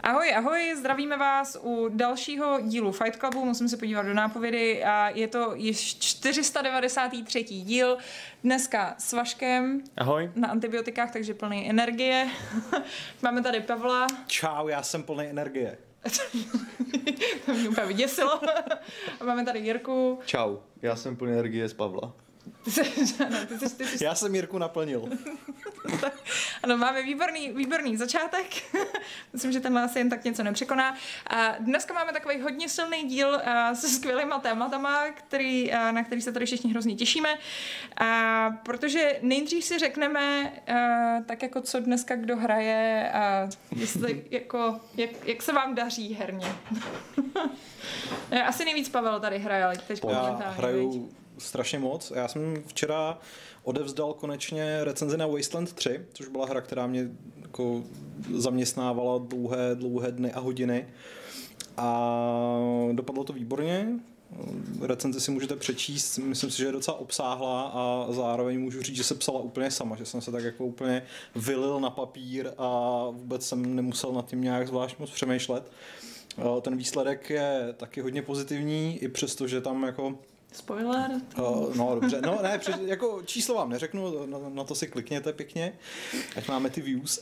Ahoj, ahoj, zdravíme vás u dalšího dílu Fight Clubu, musím se podívat do nápovědy a je to již 493. díl, dneska s Vaškem. Ahoj. Na antibiotikách, takže plný energie. Máme tady Pavla. Čau, já jsem plný energie. To mě úplně vyděsilo. A máme tady Jirku. Čau, já jsem plný energie z Pavla. Já jsem Jirku naplnil. Ano, máme výborný začátek. Myslím, že tenhle asi jen tak něco nepřekoná. A dneska máme takový hodně silný díl se skvělýma tématama, na který se tady všichni hrozně těšíme. A protože nejdřív si řekneme, tak jako co dneska kdo hraje a jestli, jako, jak se vám daří herně. Asi nejvíc Pavel tady hraje, ale teď já hraju strašně moc. Já jsem včera odevzdal konečně recenzi na Wasteland 3, což byla hra, která mě jako zaměstnávala dlouhé dny a hodiny. A dopadlo to výborně. Recenzi si můžete přečíst, myslím si, že je docela obsáhlá a zároveň můžu říct, že se psala úplně sama, že jsem se tak jako úplně vylil na papír a vůbec jsem nemusel nad tím nějak zvlášť moc přemýšlet. Ten výsledek je taky hodně pozitivní, i přesto, že tam jako spoiler. No dobře, no ne, jako číslo vám neřeknu, na to si klikněte pěkně, ať máme ty views,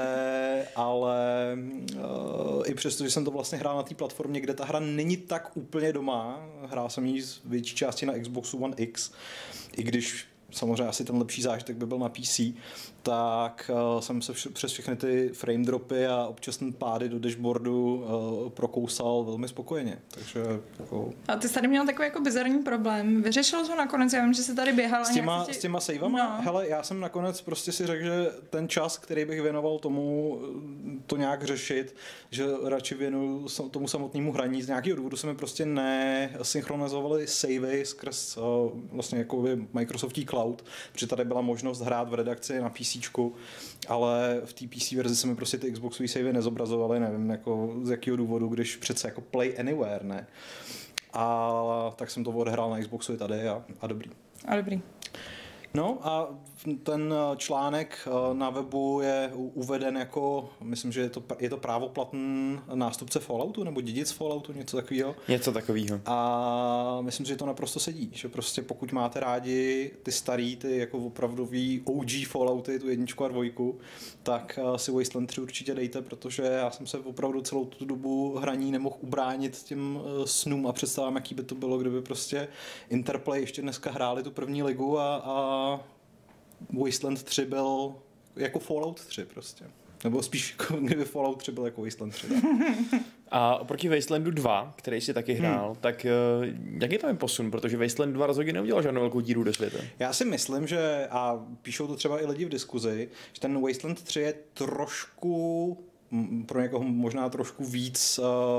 ale i přesto, že jsem to vlastně hrál na té platformě, kde ta hra není tak úplně doma, hrál jsem ji z větší části na Xboxu One X, i když samozřejmě asi ten lepší zážitek by byl na PC, tak jsem se přes všechny ty frame dropy a občasné pády do dashboardu prokousal velmi spokojeně. Takže jako... A ty jsi tady měl takový jako bizarní problém. Vyřešil jsi ho nakonec, já vím, že jsi tady běhal. S těma saveama? No. Hele, já jsem nakonec prostě si řekl, že ten čas, který bych věnoval tomu to nějak řešit, že radši věnuju tomu samotnému hraní. Z nějakého důvodu se mi prostě nesynchronizovaly savey skrz vlastně jako Microsoftí cloud, protože tady byla možnost hrát v redakci na PCčku, ale v té PC verzi se mi prostě ty Xboxové savey nezobrazovaly, nevím jako z jakého důvodu, když přece jako Play Anywhere, ne? A tak jsem to odehrál na Xboxu i tady a dobrý. A dobrý. No a ten článek na webu je uveden jako, myslím, že je to právoplatný nástupce Falloutu nebo dědic Falloutu, něco takového. Něco takového. A myslím, že to naprosto sedí, že prostě pokud máte rádi ty starý, ty jako opravdový OG Fallouty, tu 1 a 2, tak si Wasteland 3 určitě dejte, protože já jsem se opravdu celou tu dobu hraní nemohl ubránit těm snům a představám, jaký by to bylo, kdyby prostě Interplay ještě dneska hráli tu první ligu a Wasteland 3 byl jako Fallout 3 prostě. Nebo spíš kdyby Fallout 3 byl jako Wasteland 3. A oproti Wastelandu 2, který si taky hrál, tak jak je tam posun? Protože Wasteland 2 rozhodně neudělal žádnou velkou díru do světa. Já si myslím, že, a píšou to třeba i lidi v diskuzi, že ten Wasteland 3 je trošku, pro někoho možná trošku víc...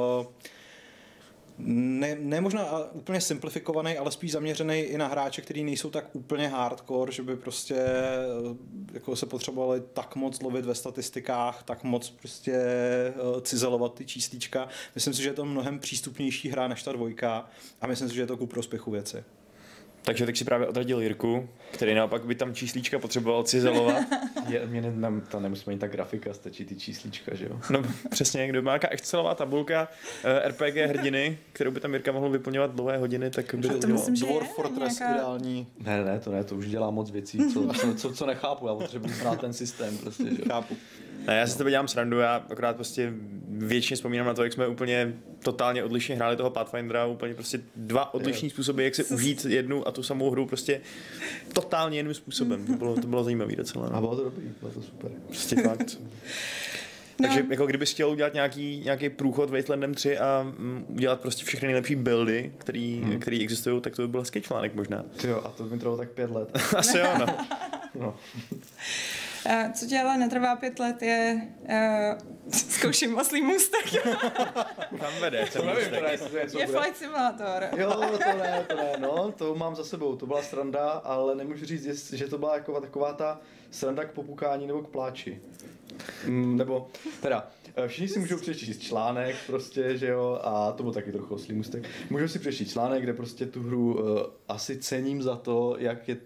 Ne možná úplně simplifikovaný, ale spíš zaměřený i na hráče, kteří nejsou tak úplně hardcore, že by prostě jako se potřebovali tak moc lovit ve statistikách, tak moc prostě cizelovat ty číslíčka. Myslím si, že je to mnohem přístupnější hra než ta 2 a myslím si, že je to ku prospěchu věci. Takže tak si právě odradil Jirku, který naopak by tam číslíčka potřeboval cizelovat. To nemusí mít ta grafika, stačí ty číslíčka, že jo? No přesně, kdo má nějaká excelová tabulka RPG hrdiny, kterou by tam Jirka mohl vyplňovat dlouhé hodiny, tak by to myslím, Dwarf Fortress nějaká... ideální. Ne, to už dělá moc věcí, co nechápu, já potřebuji znát ten systém prostě, že? Chápu. Ne, já si s tebe dělám srandu, já akorát prostě většině vzpomínám na to, jak jsme úplně totálně odlišně hráli toho Pathfindera, úplně prostě dva odlišní způsoby, jak si užít jednu a tu samou hru prostě totálně jiným způsobem. To bylo zajímavé docela. No. A bylo to dobrý, bylo to super. Prostě fakt. Takže jako kdybys chtěl udělat nějaký průchod Wastelandem 3 a udělat prostě všechny nejlepší buildy, který existují, tak to by byl hezký článek možná. Jo, a to by trvalo tak 5 let. Asi jo, no. Co tě ale netrvá 5 let je zkouším oslý můstek. Tam vede. Je Flight Simulator. Jo, to ne, no, to mám za sebou, to byla sranda, ale nemůžu říct, že to byla jako taková ta sranda k popukání nebo k pláči. Nebo, teda, všichni si můžou přečíst článek prostě, že jo, a to byl taky trochu oslý můstek. Můžou si přečíst článek, kde prostě tu hru asi cením za to, jak je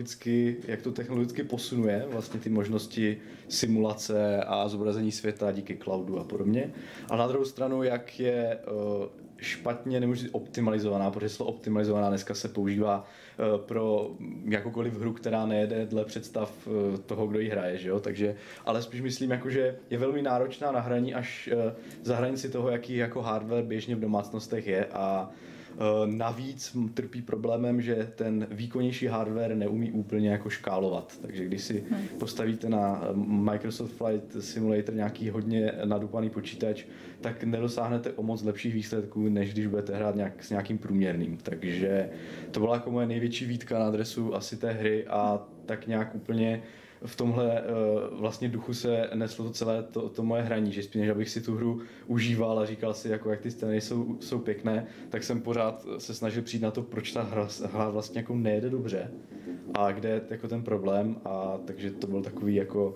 jak to technologicky posunuje vlastně ty možnosti simulace a zobrazení světa díky cloudu a podobně. A na druhou stranu, jak je špatně, nemůžu říct optimalizovaná, protože slovo optimalizovaná dneska se používá pro jakoukoliv hru, která nejede dle představ toho, kdo ji hraje, že jo? Takže, ale spíš myslím, jako, že je velmi náročná na hraní až za hranici toho, jaký jako hardware běžně v domácnostech je a navíc trpí problémem, že ten výkonnější hardware neumí úplně jako škálovat. Takže když si postavíte na Microsoft Flight Simulator nějaký hodně nadupaný počítač, tak nedosáhnete o moc lepších výsledků, než když budete hrát s nějakým průměrným. Takže to byla jako moje největší výtka na adresu asi té hry a tak nějak úplně v tomhle vlastně duchu se neslo to celé to moje hraní, že spíš než abych si tu hru užíval a říkal si, jako jak ty scény jsou pěkné, tak jsem pořád se snažil přijít na to, proč ta hra vlastně jako nejede dobře a kde je jako ten problém a takže to byl takový jako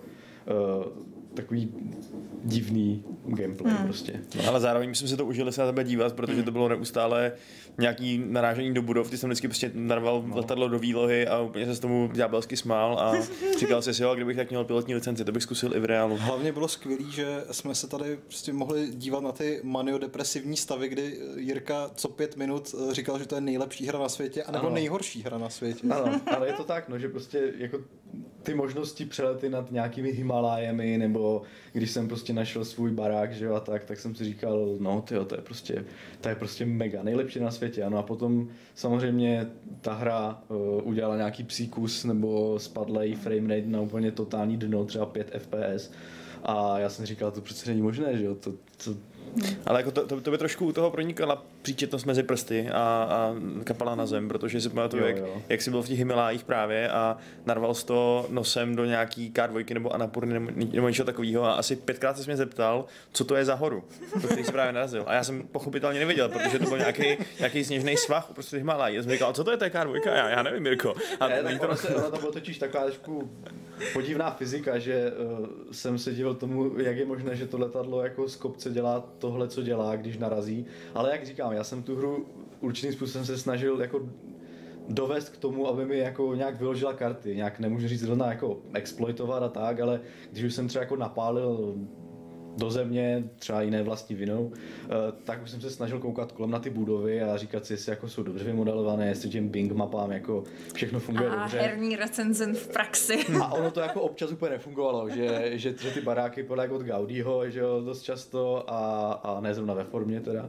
takový divný gameplay prostě. No, ale zároveň jsme si to užili se na tebe dívat, protože to bylo neustále nějaký narážení do budov, ty jsem vždycky prostě narval letadlo do výlohy a úplně se s tomu ďábelsky smál a říkal si jo, kdybych tak měl pilotní licenci, to bych zkusil i v reálu. Hlavně bylo skvělý, že jsme se tady prostě mohli dívat na ty maniodepresivní stavy, kdy Jirka co 5 minut říkal, že to je nejlepší hra na světě, anebo nejhorší hra na světě. Ano, ale je to tak, no, že prostě jako ty možnosti přelety nad nějakými Himalájemi, nebo když jsem prostě našel svůj barák, že jo, a tak jsem si říkal, no tyjo, to je prostě mega, nejlepší na světě, ano, a potom samozřejmě ta hra udělala nějaký psí kus, nebo spadlej framerate na úplně totální dno, třeba 5 FPS, a já jsem říkal, to přece není možné, že jo, to ale jako to by trošku u toho pronikala příčetnost mezi prsty a kapala na zem, protože si pamatuju, jak jsi byl v těch Himalájích právě a narval jsi to nosem do nějaký K2 nebo Annapurny nebo něčeho takového a asi 5krát jsi mě zeptal, co to je za horu, do který jsi právě narazil. A já jsem pochopitelně nevěděl, protože to byl nějaký sněžný svah uprostřed Himalají. Já jsem říkal, co to je K2? Já nevím, Jirko. A ono to bylo totiž taková trošku podivná fyzika, že jsem se díval tomu, jak je možné, že to letadlo jako z kopce dělá tohle, co dělá, když narazí. Ale jak říkám, já jsem tu hru určitým způsobem se snažil jako dovést k tomu, aby mi jako nějak vyložila karty. Nějak nemůžu říct zrovna jako exploitovat a tak, ale když už jsem třeba jako napálil do země, třeba jiné vlastní vinou, tak už jsem se snažil koukat kolem na ty budovy a říkat si, jestli jako jsou dobře vymodelované, jestli těm Bing mapám jako všechno funguje dobře. A herní recenzent v praxi. A ono to jako občas úplně nefungovalo, že ty baráky podle jako od Gaudího, že jo, dost často a ne zrovna ve formě teda.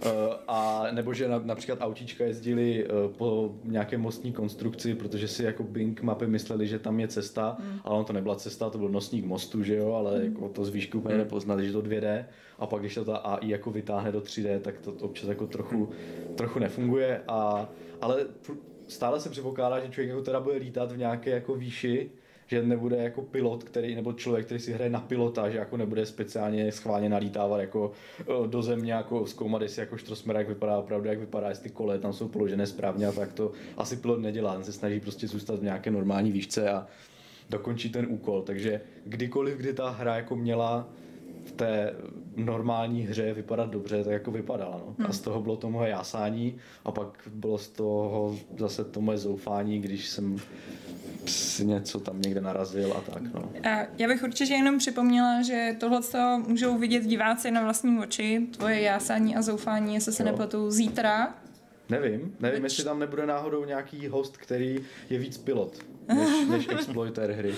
A nebo že například autíčka jezdili po nějaké mostní konstrukci, protože si jako Bing mapy mysleli, že tam je cesta, ale ono to nebyla cesta, to byl nosník mostu, že jo, ale jako to z výšky úplně nepoznat, že to 2D a pak když to ta AI jako vytáhne do 3D, tak to občas jako trochu nefunguje ale stále se předpokládá, že člověk jako teda bude lítat v nějaké jako výši, že nebude jako pilot, nebo člověk, který si hraje na pilota, že jako nebude speciálně schválně nalítávat jako do země, jako zkoumat, jestli jako štrosmer, jak vypadá opravdu, jak vypadá, jestli kole tam jsou položené správně a tak to asi pilot nedělá, ten se snaží prostě zůstat v nějaké normální výšce a dokončit ten úkol, takže kdykoliv, kdy ta hra jako měla v té normální hře vypadat dobře, tak jako vypadala. No. A z toho bylo to moje jásání a pak bylo z toho zase to moje zoufání, když jsem si něco tam někde narazil a tak. No. A já bych určitě jenom připomněla, že tohle můžou vidět diváci na vlastní oči, tvoje jásání a zoufání, jestli se nepletu zítra. Nevím, jestli tam nebude náhodou nějaký host, který je víc pilot, než exploiter hry.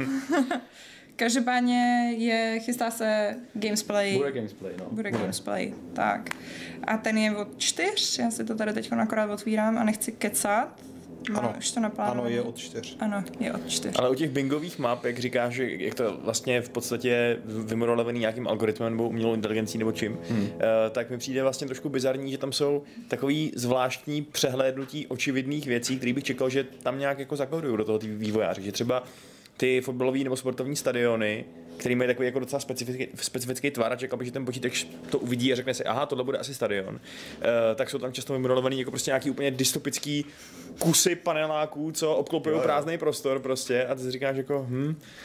Každopádně chystá se Gamesplay. Bude Gamesplay, no. Bude Gamesplay, tak. A ten je od 4, já si to tady teď akorát otvírám a nechci kecat. Ano, už to naplánované. Ano, je od 4. Ano, je od 4. Ale u těch bingových map, jak říkáš, jak to vlastně v podstatě vymodelovaný nějakým algoritmem nebo umělou inteligencí nebo čím, tak mi přijde vlastně trošku bizarní, že tam jsou takový zvláštní přehlédnutí očividných věcí, které bych čekal, že tam nějak jako zakódují do toho ty vývojáři, že třeba ty fotbalové nebo sportovní stadiony, který mají takový jako docela specifický tvar a čekal bych, že ten počítač to uvidí a řekne si, aha, tohle bude asi stadion. Tak jsou tam často vymodelovaný jako prostě nějaký úplně dystopický kusy paneláků, co obklopují prázdný prostor prostě a ty si říkáš jako,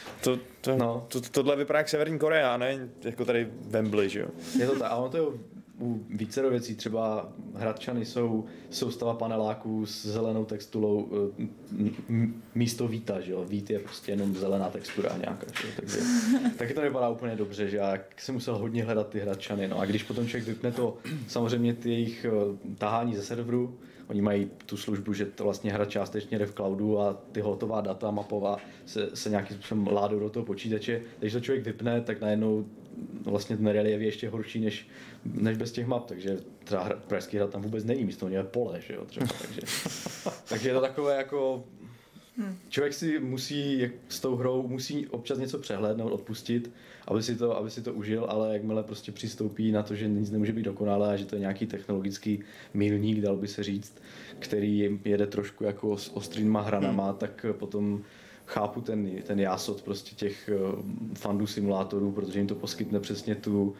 tohle vypadá jak Severní Korea, ne jako tady Wembley, že jo. Je to tak, a ono to je u vícero věcí, třeba Hradčany jsou soustava paneláků s zelenou texturou místo víta, že jo, vít je prostě jenom zelená textura nějaká, že jo, takže taky to nevypadá úplně dobře, že já jsem musel hodně hledat ty Hradčany, no a když potom člověk vypne to, samozřejmě ty jejich tahání ze serveru, oni mají tu službu, že to vlastně hra částečně jde v cloudu a ty hotová data mapová se nějakým způsobem ládou do toho počítače. Když to člověk vypne, tak najednou vlastně ten relief je ještě horší než bez těch map, takže třeba Pražský hrad tam vůbec není, místo něj je pole, že jo, třeba, takže je to takové jako člověk si musí s tou hrou musí občas něco přehlédnout, odpustit, aby si to užil, ale jakmile prostě přistoupí na to, že nic nemůže být dokonalé a že to je nějaký technologický milník, dal by se říct, který jede trošku jako s ostrýma hranama, tak potom chápu ten jásot prostě těch fandů simulátorů, protože jim to poskytne přesně tu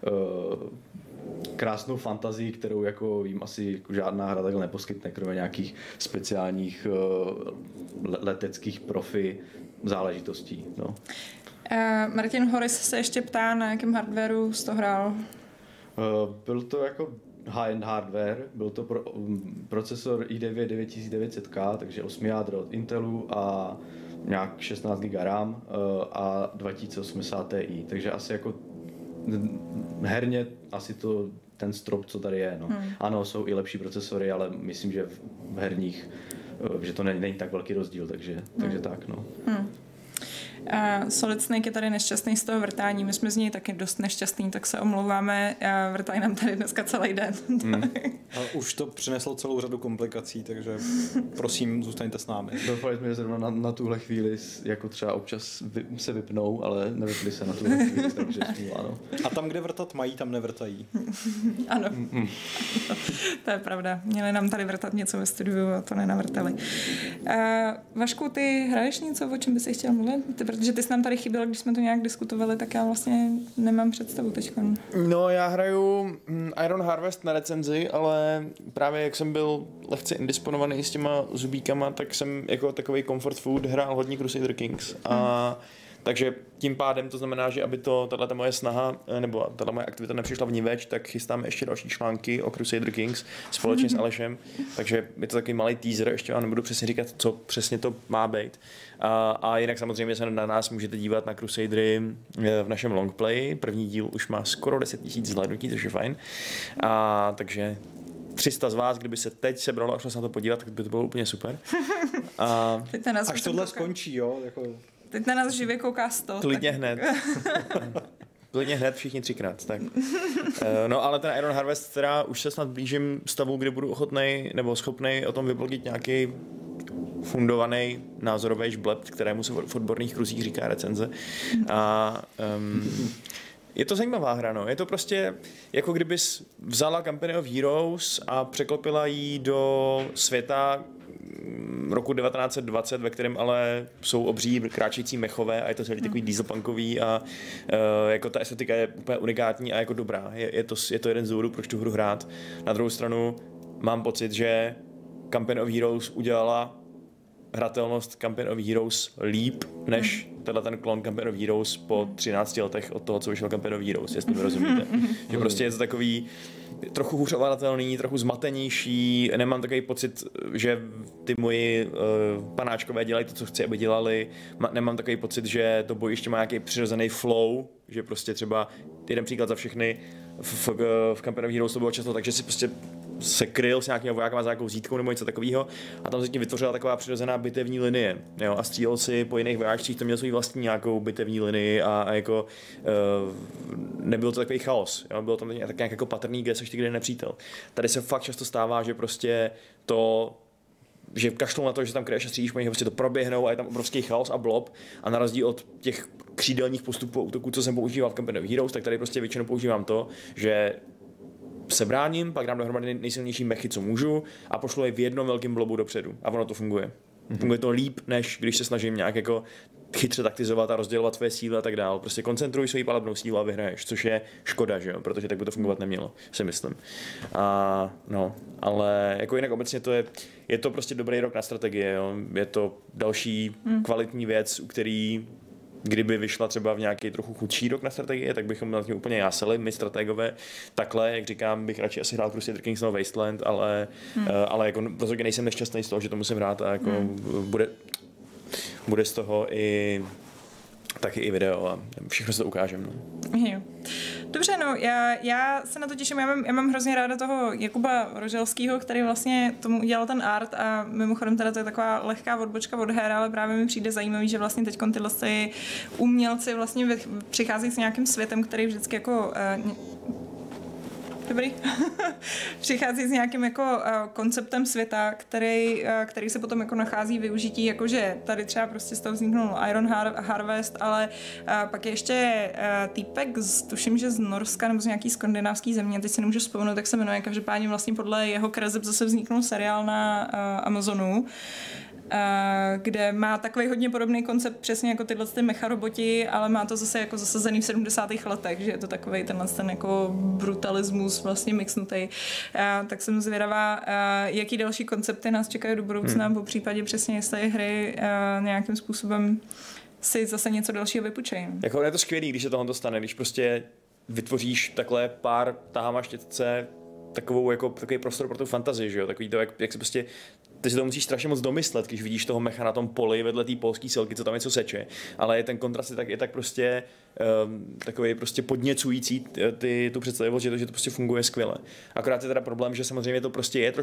krásnou fantazii, kterou jako jim asi jako žádná hra takhle neposkytne, kromě nějakých speciálních leteckých profi záležitostí. No. Martin Horis se ještě ptá, na jakém hardwareu jsi to hrál? Byl to jako high-end hardware, byl to procesor i9 9900K, takže 8 jádro od Intelu a nějak 16 GB RAM a 2080 Ti, takže asi jako herně asi to ten strop, co tady je. No. Ano, jsou i lepší procesory, ale myslím, že v herních, že to není tak velký rozdíl, takže tak, no. Solid Snake je tady nešťastný z toho vrtání, my jsme z něj taky dost nešťastný, tak se omlouváme, vrtají nám tady dneska celý den. A už to přineslo celou řadu komplikací, takže prosím, zůstaňte s námi. Doufali jsme, že zrovna na tuhle chvíli jako třeba občas se vypnou, ale nevypli se na tuhle chvíli, takže smůla, no. A tam, kde vrtat mají, tam nevrtají. Ano. To je pravda. Měli nám tady vrtat něco ve studiu a to nenavrtali. Vašku, ty hraješ něco, o čem bys chtěl mluvit? Protože ty jsi nám tady chyběl, když jsme to nějak diskutovali, tak já vlastně nemám představu teďka. No, já hraju Iron Harvest na recenzi, ale právě jak jsem byl lehce indisponovaný s těma zubíkama, tak jsem jako takový comfort food hrál hodně Crusader Kings. A takže tím pádem to znamená, že aby tato moje snaha, nebo tato moje aktivita nepřišla vniveč, tak chystáme ještě další články o Crusader Kings společně s Alešem, takže je to takový malý teaser, ještě vám nebudu přesně říkat, co přesně to má být. A jinak samozřejmě se na nás můžete dívat na Crusadery v našem longplay, první díl už má skoro 10 000 zhlédnutí, což je fajn. Takže 300 z vás, kdyby se teď sebralo a šlo se na to podívat, tak by to bylo úplně super. Až tohle skončí, jo? Jako... Teď na nás živě kouká 100. Klidně hned. Klidně hned všichni 3krát. Tak. No ale ten Iron Harvest, teda už se snad blížím stavu, kdy budu ochotnej nebo schopnej o tom vyblogit nějaký fundovaný názorový žbleb, kterému se v odborných kruzích říká recenze. Je to zajímavá hra, no. Je to prostě jako kdybys vzala Company of Heroes a překlopila ji do světa roku 1920, ve kterém ale jsou obří kráčející mechové a je to celý takový dieselpunkový a jako ta estetika je úplně unikátní a jako dobrá. Je to jeden z důvodů, proč tu hru hrát. Na druhou stranu mám pocit, že Company of Heroes udělala hratelnost Company of Heroes líp, než ten klon Company of Heroes po 13 letech od toho, co vyšel Company of Heroes, jestli mi rozumíte. Že prostě je to takový trochu hůř ovladatelný, trochu zmatenější, nemám takový pocit, že ty moji panáčkové dělají to, co chci, aby dělali, nemám takový pocit, že to bojiště má nějaký přirozený flow, že prostě třeba jeden příklad za všechny v Company of Heroes to bylo často tak, že si prostě se kryl s nějakým vojákem za nějakou zítkou nebo něco takového a tam se tím vytvořila taková přirozená bitevní linie, jo, a střílel si po jiných vojáčcích, to měl svůj vlastní nějakou bitevní linii a jako nebyl to takový chaos, jo, bylo tam tak nějak jako patrný, kde seš ty kde nepřítel. Tady se fakt často stává, že prostě že kašlou na to, že tam kryješ a střílíš, oni prostě to proběhnou a je tam obrovský chaos a blob a na rozdíl od těch křídelních postupů a útoků, co jsem používal v Company of Heroes, tak tady prostě většinou používám to, že se bráním, pak dám dohromady nejsilnější mechy, co můžu a pošlu je v jednom velkém blobu dopředu a ono to funguje. Funguje to líp, než když se snažím nějak jako chytře taktizovat a rozdělovat své síly a tak dál. Prostě koncentruj svoji palebnou sílu a vyhraješ, což je škoda, že jo, protože tak by to fungovat nemělo, si myslím. Ale jako jinak obecně je to prostě dobrý rok na strategie, jo. Je to další kvalitní věc, u který kdyby vyšla třeba v nějaký trochu chudší rok na strategie, tak bychom na tím úplně jásali, my strategové. Takhle, jak říkám, bych radši asi hrál Crusader Kings nebo Wasteland, ale jako rozhodně nejsem nešťastný z toho, že to musím hrát a jako bude z toho i taky i video a všechno se to ukážeme. Jo. Dobře, no, já se na to těším, já mám hrozně ráda toho Jakuba Roželskýho, který vlastně tomu udělal ten art a mimochodem teda to je taková lehká odbočka od her, ale právě mi přijde zajímavý, že vlastně teď tyhle umělci vlastně přichází s nějakým světem, který vždycky jako dobrý. Přichází s nějakým jako konceptem světa, který se potom jako nachází využití, jakože tady třeba prostě z toho vzniknul Iron Harvest, ale pak je ještě týpek, tuším, že z Norska nebo z nějaký skandinávský země, teď si nemůžu vzpomenout, jak se jmenuje, každopádně vlastně podle jeho kreseb zase vzniknul seriál na Amazonu, kde má takový hodně podobný koncept přesně jako tyhle ty mecharoboti, ale má to zase jako zasazený v 70. letech, že je to takovej ten jako brutalismus vlastně mixnutý. Tak jsem zvědavá, jaký další koncepty nás čekají do budoucna, po případě přesně jestli hry nějakým způsobem si zase něco dalšího vypučejí. Jako je to skvělý, když se tohle stane, když prostě vytvoříš takhle pár tahama štětce, takový prostor pro tu fantazii, že jo? Takový to, jak se prostě ty si to musíš strašně moc domyslet, když vidíš toho mecha na tom poli vedle té polské silky, co tam něco seče, ale ten kontrast je tak prostě takový prostě podněcující tu představivost, že to prostě funguje skvěle. Akorát je teda problém, že samozřejmě to prostě je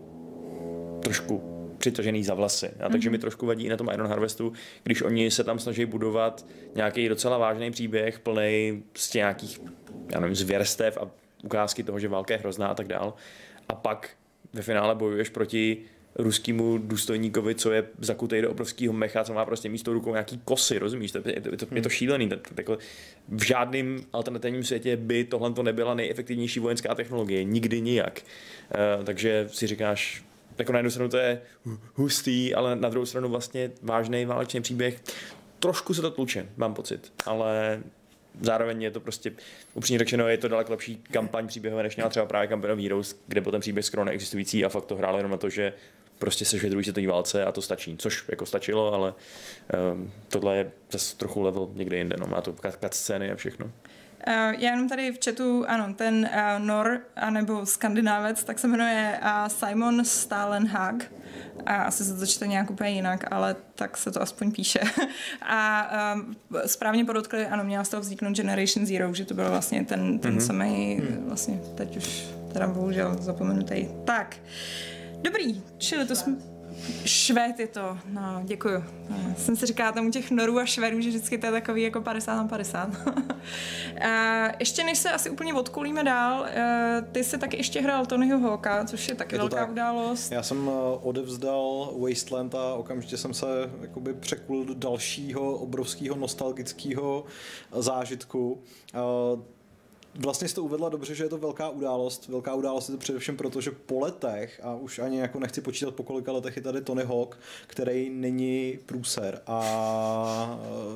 trošku přitažený za vlasy. A takže mi trošku vadí i na tom Iron Harvestu, když oni se tam snaží budovat nějaký docela vážný příběh, plný z nějakých, já nevím, zvěrstev a ukázky toho, že válka je hrozná a tak dál. A pak ve finále bojuješ proti ruskému důstojníkovi, co je zakutej do obrovského mecha, co má prostě místo rukou nějaký kosy, rozumíš? Je to šílený. V žádném alternativním světě by tohle to nebyla nejefektivnější vojenská technologie. Nikdy nijak. Takže si říkáš, jako na jednu stranu to je hustý, ale na druhou stranu vlastně vážný válečný příběh. Trošku se to tluče, mám pocit, ale zároveň je to prostě, upřímně řečeno, je to daleko lepší kampaň příběhové, než měla třeba právě Campaign of Heroes, kde byl ten příběh skoro neexistující a fakt to hrálo jenom na to, že prostě seš ve druhé světové válce a to stačí, což jako stačilo, ale tohle je zase trochu level někde jinde, no, má to cutscény a všechno. Já jenom tady v chatu, ano, ten Nor, anebo Skandinávec, tak se jmenuje Simon Stalenhag. A asi se to čte nějak úplně jinak, ale tak se to aspoň píše. A správně podotkli, ano, měla z toho vzniknout Generation Zero, že to byl vlastně ten samý, vlastně teď už teda bohužel zapomenutý. Tak, dobrý, čili to jsme... Švéd je to, no, děkuju. Jsem si říkala tam u těch Norů a Švédů, že vždycky to je takový jako 50/50. Ještě než se asi úplně odkulíme dál, ty jsi taky ještě hrál Tonyho Hawka, což je taky velká událost. Já jsem odevzdal Wasteland a okamžitě jsem se jakoby překulil do dalšího obrovského nostalgického zážitku. Vlastně jsi to uvedla dobře, že je to velká událost. Velká událost je to především proto, že po letech, a už ani jako nechci počítat po kolika letech, je tady Tony Hawk, který není průser. A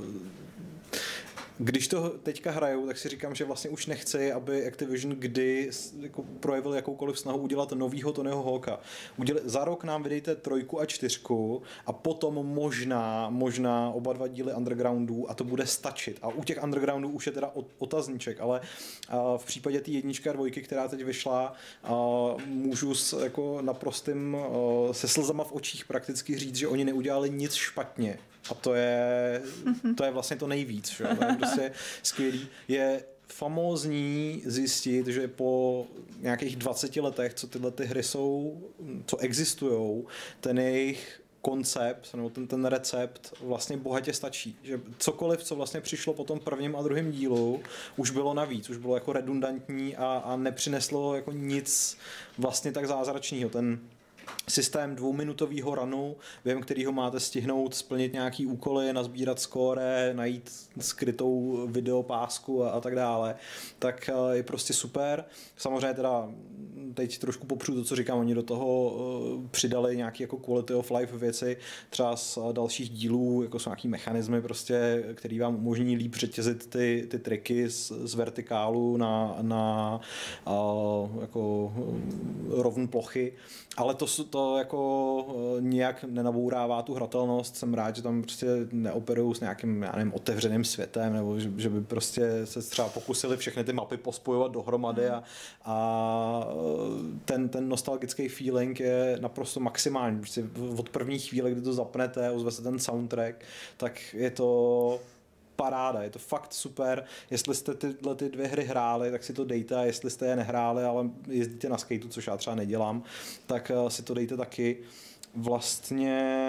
když to teďka hraju, tak si říkám, že vlastně už nechci, aby Activision kdy jako projevil jakoukoliv snahu udělat novýho Tonyho Hawka. Za rok nám vydejte 3 a 4 a potom možná oba 2 díly Undergroundů a to bude stačit. A u těch Undergroundů už je teda otazníček, ale v případě té 1 a 2, která teď vyšla, můžu jako naprostým se slzama v očích prakticky říct, že oni neudělali nic špatně. A to je vlastně to nejvíc, že? To je prostě skvělý. Je famózní zjistit, že po nějakých 20 letech, co tyhle ty hry jsou, co existujou, ten jejich koncept, nebo ten recept vlastně bohatě stačí. Že cokoliv, co vlastně přišlo po tom 1. a 2. dílu, už bylo navíc, už bylo jako redundantní a nepřineslo jako nic vlastně tak zázračného. Ten systém 2minutového runu, během kterého máte stihnout splnit nějaký úkoly, nazbírat skóre, najít skrytou videopásku a tak dále, tak je prostě super. Samozřejmě teda teď trošku popřu to, co říkám, oni do toho přidali nějaký jako quality of life věci, třeba z dalších dílů, jako jsou nějaký mechanismy prostě, který vám umožní líp řetězit ty triky z vertikálu na jako rovné plochy, ale to jako nijak nenabourává tu hratelnost. Jsem rád, že tam prostě neoperují s nějakým, já nevím, otevřeným světem, nebo že by prostě se třeba pokusili všechny ty mapy pospojovat dohromady a ten nostalgický feeling je naprosto maximální. Prostě od první chvíle, kdy to zapnete, ozve se ten soundtrack, tak je to paráda, je to fakt super. Jestli jste tyhle ty 2 hry hráli, tak si to dejte, a jestli jste je nehráli, ale jezdíte na skateu, což já třeba nedělám, tak si to dejte taky. Vlastně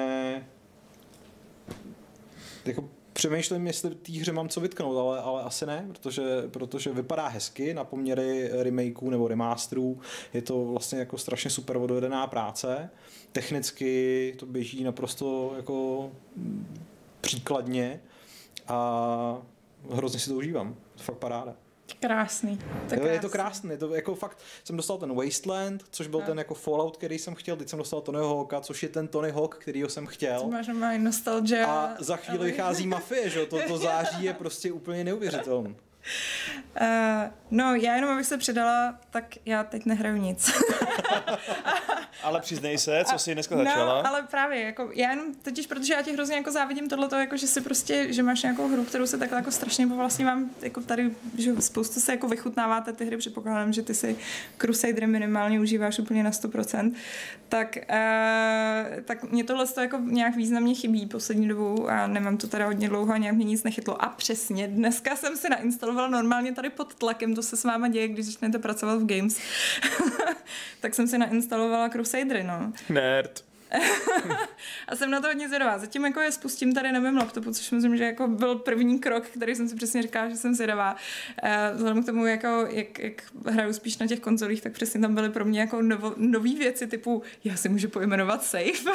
jako přemýšlím, jestli v té hře mám co vytknout, ale asi ne, protože vypadá hezky na poměry remakeů nebo remasterů. Je to vlastně jako strašně super odvedená práce. Technicky to běží naprosto jako příkladně a hrozně si to užívám. To fakt paráda. Krásný. Je to krásný. Je to jako fakt, jsem dostal ten Wasteland, což byl ten jako Fallout, který jsem chtěl, teď jsem dostal Tonyho Hawka, což je ten Tony Hawk, kterýho jsem chtěl. To máš nostalgia. A za chvíli vychází Mafie, že jo? To září je prostě úplně neuvěřitelné. No, já jenom abych se předala, tak já teď nehraju nic. Ale přiznej se, co jsi dneska začala. No, ale právě, jako, já jenom totiž, protože já tě hrozně jako závidím tohleto, jako, že si prostě, že máš nějakou hru, kterou se takhle jako strašně, bo vlastně vám jako tady, že spoustu se jako vychutnáváte ty hry, předpokládám, že ty si Crusader minimálně užíváš úplně na 100%, tak mě tohle jako nějak významně chybí poslední dobou a nemám to teda hodně dlouho a nějak mě nic nechytlo. A přesně, dneska jsem si nainstalovala normálně tady pod tlakem, to se s váma děje, když začnete pracovat v Games, tak jsem si nainstalovala Crusadery, no. Nerd. A jsem na to hodně zvědavá. Zatím jako je spustím tady na mém laptopu, což myslím, že jako byl první krok, který jsem si přesně říkala, že jsem zvědavá. Vzhledem k tomu, jako, jak hraju spíš na těch konzolích, tak přesně tam byly pro mě jako nový věci typu, já si můžu pojmenovat save.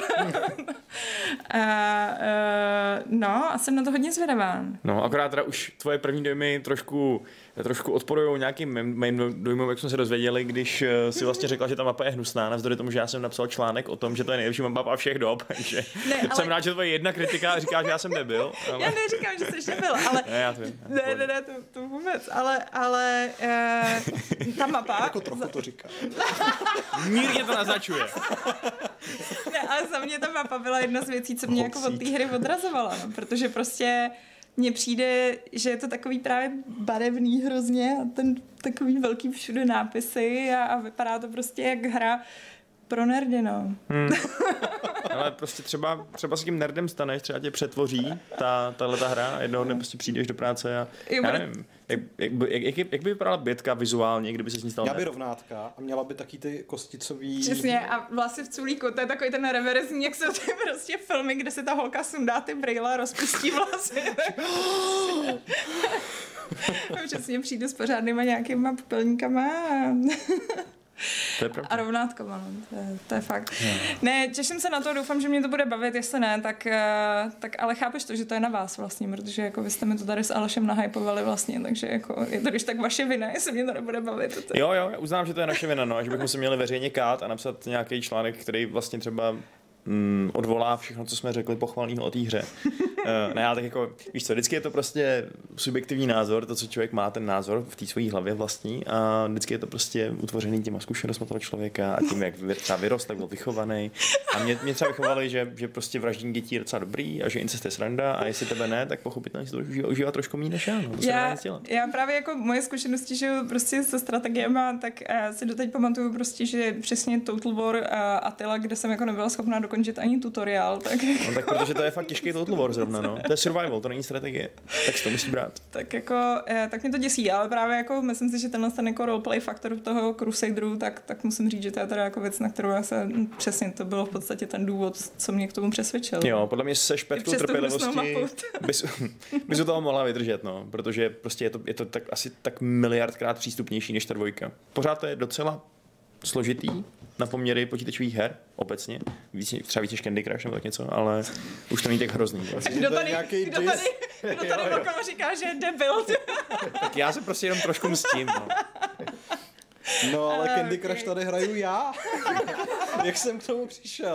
No a jsem na to hodně zvědavá. No, akorát teda už tvoje první dojmy trošku odporujou nějakým mým dojmům, jak jsme se dozvěděli, když si vlastně řekla, že ta mapa je hnusná, navzdory tomu, že já jsem napsal článek o tom, že to je nejlepší mapa všech dob. Takže jsem rád, že to je jedna kritika a říká, že já jsem debil. Ale... Já neříkám, že jsi debil, ale... Ne, já to vím. Ne, to vůbec, ale ta mapa... Jako trochu to říká. Mírně to naznačuje. Ne, ale za mě ta mapa byla jedna z věcí, co mě jako od té hry odrazovala, no, protože prostě mně přijde, že je to takový právě barevný hrozně a ten takový velký všude nápisy a vypadá to prostě jak hra pro nerdy, no. Ale prostě třeba s tím nerdem staneš, třeba tě přetvoří tahleta hra a jednoho dne prostě přijdeš do práce a já nevím, jak by vypadala bětka vizuálně, kdyby se s ní stal Já by rovnátka a měla by taky ty kosticový... Přesně a vlasy v culíku, to je takový ten reverzní, jak jsou ty prostě filmy, kde si ta holka sundá ty brýle a rozpustí vlasy. Přesně přijdu s pořádnýma nějakýma popelníkama a rovnátkama, no. To je fakt. Ne, těším se na to, doufám, že mě to bude bavit, jestli ne, tak ale chápeš to, že to je na vás vlastně, protože jako vy jste mi to tady s Alešem nahypovali vlastně, takže jako je to když tak vaše vina, jestli mě to nebude bavit. Jo, já uznám, že to je naše vina, no, a že bychom se měli veřejně kát a napsat nějaký článek, který vlastně třeba odvolá všechno, co jsme řekli pochvalného o té hře. Ne, ale tak jako, víš co, vždycky je to prostě subjektivní názor, to, co člověk má, ten názor v té své hlavě vlastní a vždycky je to prostě utvořený těma zkušenostmi toho člověka a tím, jak třeba vyrost, tak byl vychovaný. A mě třeba vychovali, že prostě vraždění dětí je docela dobrý a že incest je sranda a jestli tebe ne, tak pochopitelně si to užívá trošku méně než já. No, to já právě jako moje zkušenosti, že prostě se strategiemi, tak si doteď pamatuju prostě, že přesně Total War Attila, kde jsem jako nebyla schopná dokončit ani tutoriál. Tak, no, tak protože to je fakt těžký Total War zrovna, no. To je survival, to není strategie. Tak si to musí brát. Tak jako, tak mě to děsí, ale právě jako myslím si, že tenhle ten jako roleplay faktor toho Crusaderu, tak musím říct, že to je teda jako věc, na kterou já se přesně, to bylo v podstatě ten důvod, co mě k tomu přesvědčil. Jo, podle mě se špetkou trpělivosti bys u toho mohla vydržet, no, protože prostě je to tak, asi tak miliardkrát přístupnější než ta dvojka. Pořád to je docela složitý na poměry počítačových her obecně, třeba víc než Candy Crush nebo tak něco, ale už to není tak hrozný. Kdo tady okolo říká, že je debil? Tak já se prostě jenom trošku mstím. No. No ale Candy Crush tady hraju já. Jak jsem k tomu přišel?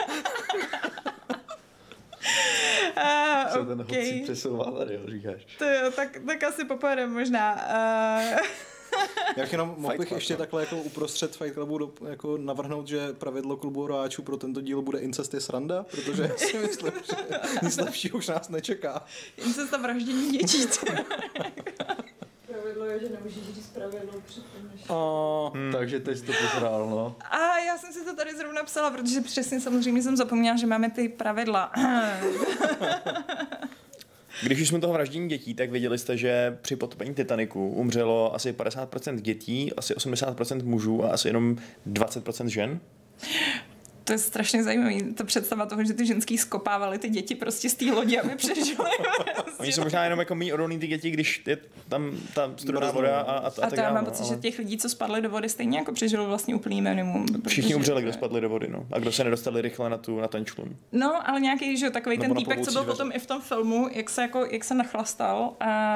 Co ten hodci přesouvá tady, jo, říkáš. To jo, tak asi popojedeme možná. Jak jenom mohl bych ještě takhle jako uprostřed Fight Clubu jako navrhnout, že pravidlo klubu hráčů pro tento díl bude incest je sranda, protože si myslím, že nic lepšího už nás nečeká. Incest a vraždění dětí. Pravidlo je, že nemůžeš říct pravidlo předtím, než... Takže teď jsi to pozrál, no. A já jsem si to tady zrovna psala, protože přesně samozřejmě jsem zapomněla, že máme ty pravidla. Když už jsme toho vraždění dětí, tak věděli jste, že při potopení Titaniku umřelo asi 50% dětí, asi 80% mužů a asi jenom 20% žen? To je strašně zajímavý, ta představa toho, že ty ženský skopávali ty děti prostě z té lodi, aby přežili. Oni jsou možná jenom jako méně odolný ty děti, když je tam ta studená voda a tak já mám dále. pocit, že těch lidí, co spadli do vody, stejně jako přežilo vlastně úplný minimum. Všichni umřeli, kdo spadli do vody, no. A kdo se nedostali rychle na ten člun. No, ale nějaký, že takový ten týpek, co byl potom i v tom filmu, jak se nachlastal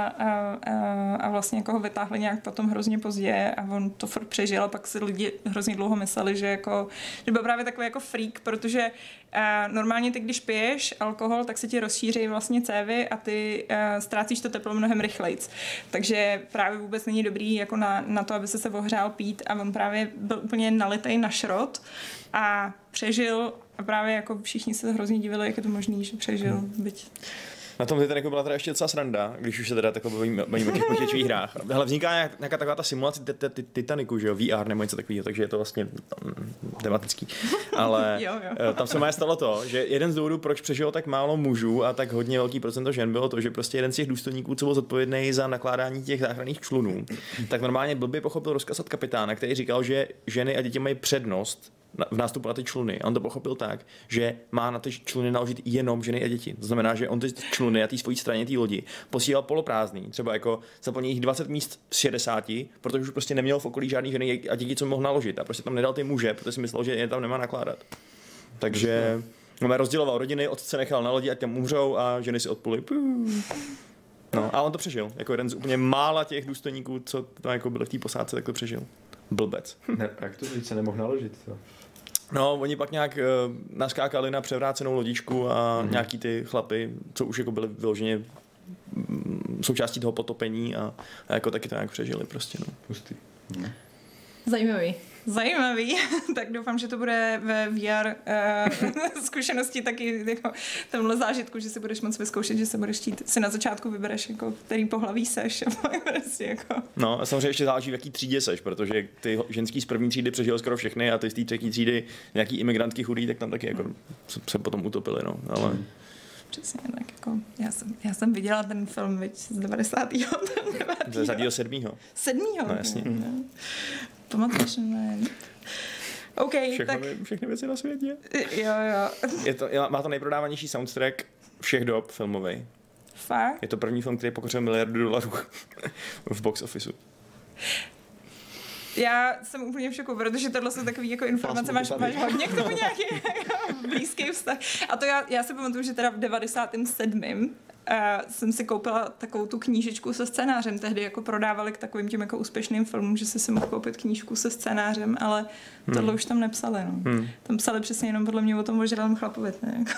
a vlastně jako ho vytáhli nějak potom hrozně pozdě a on to furt přežil a pak si lidi hrozně dlouho mysleli, že byl právě takový jako freak, protože normálně ty, když piješ alkohol, tak se ti rozšíří vlastně cévy a ty ztrácíš to teplo mnohem rychlejc. Takže právě vůbec není dobrý jako na to, aby se ohřál pít a on právě byl úplně nalitej na šrot a přežil a právě jako všichni se hrozně divili, jak je to možný, že přežil. Byť... Na tom Titaniku byla teda ještě docela sranda, když už se teda takhle bavíme o těch počítačových hrách. Hele, vzniká nějaká taková ta simulace Titaniku, že jo, VR nebo něco takového, takže je to vlastně tematický. Ale tam se má stalo to, že jeden z důvodů, proč přežilo tak málo mužů a tak hodně velký procento žen, bylo to, že prostě jeden z těch důstojníků, co byl zodpovědný za nakládání těch záchranných člunů, tak normálně blbě pochopil rozkaz od kapitána, který říkal, že ženy a děti mají přednost v nástupu na ty čluny. A on to pochopil tak, že má na ty čluny naložit jenom ženy a děti. To znamená, že on ty čluny a té svojí straně té lodi posílal poloprázdný, třeba jako zaplnil jich 20 míst z 60, protože už prostě neměl v okolí žádný ženy a děti, co mohl naložit. A prostě tam nedal ty muže, protože si myslel, že je tam nemá nakládat. Takže rozděloval rodiny, otce nechal na lodi, ať tam umřou a ženy si odpluli. No, a on to přežil. Jako jeden z úplně mála těch důstojníků, co tam jako byli v té posádce, tak to přežil. Blbec. Ne, jak to říct, se nemohl naložit, to? No, oni pak nějak naskákali na převrácenou lodičku a nějaký ty chlapy, co už jako byli vyloženě součástí toho potopení a jako taky to nějak přežili prostě, no. Pustý. Zajímavý. Tak doufám, že to bude ve VR zkušenosti taky jako tomhle zážitku, že si budeš moc vyzkoušet, že se budeš chtít, si na začátku vybereš, jako, který pohlaví seš. Prostě jako. No a samozřejmě ještě záleží, v jaký třídě seš, protože ty ženský z první třídy přežili skoro všechny a ty z té třetí třídy nějaký imigrantky chudý, tak tam taky jako se potom utopili, no. Ale... Přesně, tak jako já jsem viděla ten film z 97. 7. No jasně. Pamatuješ, ne? OK, všechny věci na světě. Jo. Má to nejprodávanější soundtrack všech dob filmový. Fakt? Je to první film, který pokořil $1 miliard v box officeu. Já jsem úplně v šoku, protože tohle jsou takový jako informace, máš hodně k tomu nějaký jako blízký vztah. A to já si pamatuju, že teda v 97. Jsem si koupila takovou tu knížečku se scénářem. Tehdy jako prodávali k takovým těm jako úspěšným filmům, že si mohl koupit knížku se scénářem, ale tohle už tam nepsali. No. Tam psali přesně jenom podle mě o tom ožralém chlapovi.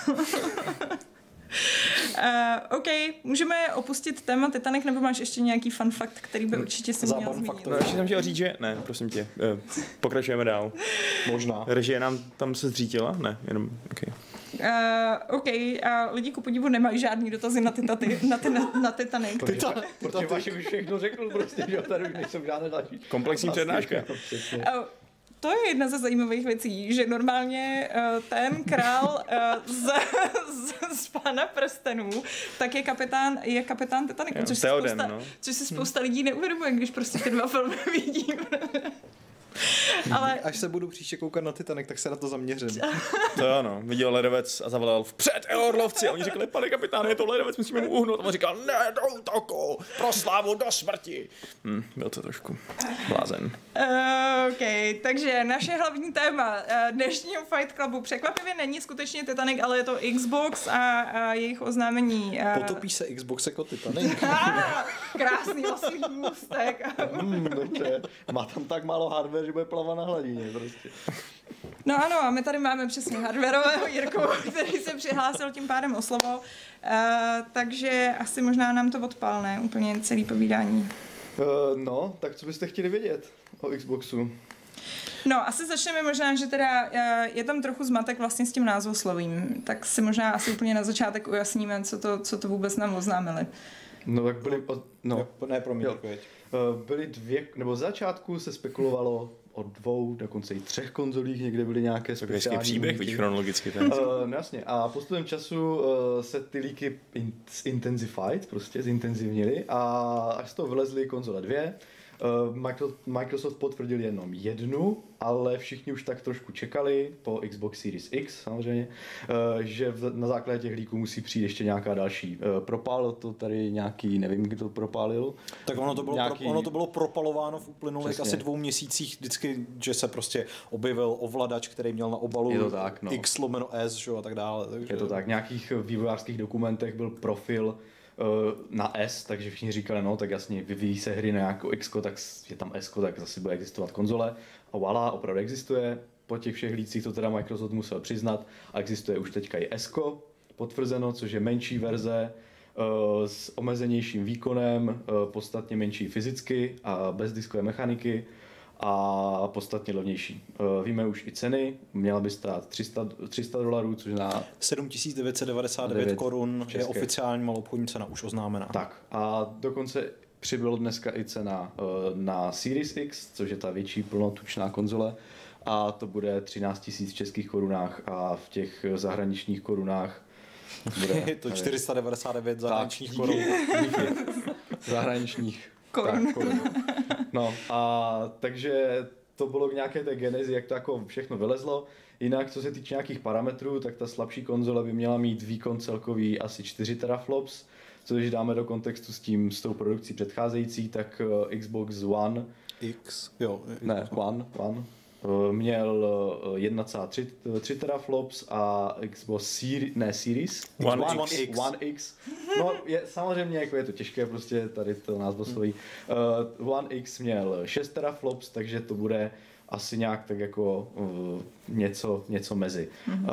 OK, můžeme opustit téma Titanic, nebo máš ještě nějaký fun fact, který by určitě si měl zmínit? No, ještě jsem chtěl říct, že... Ne, prosím tě. Pokračujeme dál. Možná. Režie nám tam se zřítila? Ne, jenom... Okay. OK, a lidi ku podivu nemají žádný dotazy na Titanic. Protože Vašek už všechno řekl prostě, že tady už nejsou žádné další. Komplexní přednáška. To je jedna ze zajímavých věcí, že normálně ten král z Pána prstenů, tak je kapitán Titanicu, což si spousta lidí neuvědomuje, když prostě ty dva filmy vidí. Ale Až se budu příště koukat na Titanic, tak se na to zaměřím. To jo, no. Viděl ledovec a zavolal vpřed, orlovci. A oni řekli, pane kapitáne, je to ledovec, musíme mu uhnout. A on říkal, ne, do útoku, pro slávu do smrti. Byl to trošku blázen. OK, takže naše hlavní téma dnešního Fight Clubu překvapivě není skutečně Titanic, ale je to Xbox a jejich oznámení. Potopí se Xbox jako Titanic. Krásný osmý můstek. Dobře. Má tam tak málo hardware, že bude plavat na hladině prostě. No ano, a my tady máme přesně hardwareového Jirku, který se přihlásil tím pádem o slovo, takže asi možná nám to odpálne úplně celý povídání. No, tak co byste chtěli vědět o Xboxu? No, asi začneme možná, že teda je tam trochu zmatek vlastně s tím názvoslovím, tak si možná asi úplně na začátek ujasníme, co to vůbec nám oznámili. No tak byly... Ne, promiň, byly dvě, nebo z začátku se spekulovalo o 2, dokonce i 3 konzolích, někde byly nějaké speciální příběh, vidíš chronologicky ten. No jasně, a postupem času se ty líky zintenzivnily a až z toho vylezly konzole 2. Microsoft potvrdil jenom 1, ale všichni už tak trošku čekali po Xbox Series X samozřejmě, že na základě těch líků musí přijít ještě nějaká další. Propálil to tady nějaký, nevím, kdo to propálil. Tak ono to bylo propalováno v uplynulých asi 2 měsících vždycky, že se prostě objevil ovladač, který měl na obalu tak, no. X/S, že, a tak dále. Takže... Je to tak, v nějakých vývojářských dokumentech byl profil na S, takže všichni říkali, no tak jasně, vyvíjí se hry na nějakou X, tak je tam S, tak zase bude existovat konzole. A voilà, opravdu existuje. Po těch všech lících to teda Microsoft musel přiznat a existuje už teďka i S, potvrzeno, což je menší verze s omezenějším výkonem, podstatně menší fyzicky a bez diskové mechaniky a podstatně levnější. Víme už i ceny, měla by stát $300, což na 7 korun je oficiální maloobchodní cena už oznámená. Tak a dokonce přibylo dneska i cena na Series X, což je ta větší plnotučná konzole a to bude 13 000 v českých korunách a v těch zahraničních korunách bude to 499 zahraničních korun. Zahraničních korun. No a takže to bylo k nějaké té genezi, jak to jako všechno vylezlo. Jinak, co se týče nějakých parametrů, tak ta slabší konzole by měla mít výkon celkový asi 4 teraflops, co když dáme do kontextu s tou produkcí předcházející, tak Xbox One měl 1,3 teraflops a Xbox Series One X. No samozřejmě jako je to těžké prostě tady to názvosloví. One X měl 6 teraflops, takže to bude asi nějak tak jako něco mezi.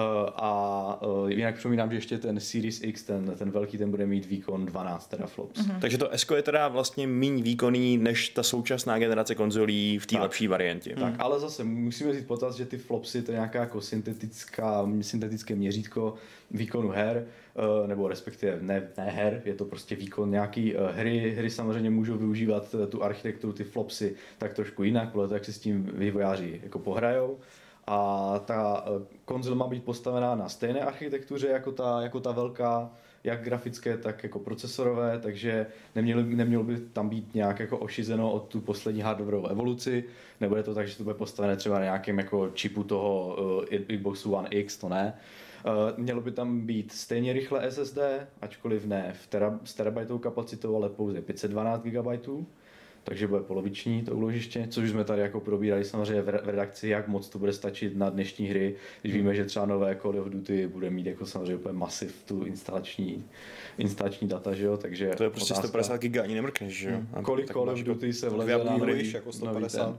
Jinak připomínám, že ještě ten Series X, ten velký, ten bude mít výkon 12 teraflops. Takže to S je teda vlastně méně výkonný než ta současná generace konzolí v té lepší variantě. Tak, ale zase musíme říct potaz, že ty flopsy to je nějaká jako syntetické měřítko výkonu her, nebo respektive ne her, je to prostě výkon nějaký hry samozřejmě můžou využívat tu architekturu, ty flopsy tak trošku jinak, podle toho, jak si s tím vývojáři jako pohrajou. A ta konzole má být postavená na stejné architektuře jako ta velká, jak grafické, tak jako procesorové, takže nemělo by tam být nějak jako ošizeno od tu poslední hardwareovou evoluci, nebude to tak, že to bude postavené třeba na nějakém jako čipu toho Xboxu One X, to ne. Mělo by tam být stejně rychle SSD, ačkoliv ne s terabajtovou kapacitou, ale pouze 512 GB. Takže bude poloviční to úložiště, což jsme tady jako probírali samozřejmě v redakci, jak moc to bude stačit na dnešní hry, když víme, že třeba nové Call of Duty bude mít jako samozřejmě úplně masiv tu instalační data, že jo, takže to je prostě 150 GB ani nemrkneš, že jo. Kolik Call of Duty se vleze na nový, jako 150.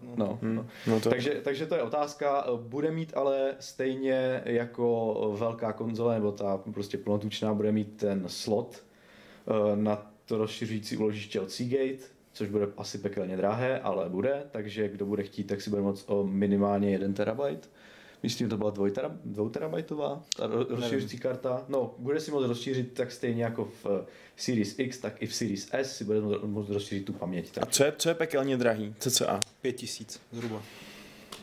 Takže to je otázka, bude mít ale stejně jako velká konzole, nebo ta prostě plnotučná bude mít ten slot na to rozšiřující úložiště od Seagate, což bude asi pekelně drahé, ale bude, takže kdo bude chtít, tak si bude moct o minimálně 1 terabajt. Myslím, že to byla 2 terabajtová ta rozšířující karta. No, bude si moct rozšířit tak stejně jako v Series X, tak i v Series S si bude moct rozšířit tu paměť. Tak. A co je pekelně drahý? CCA? 5000 zhruba.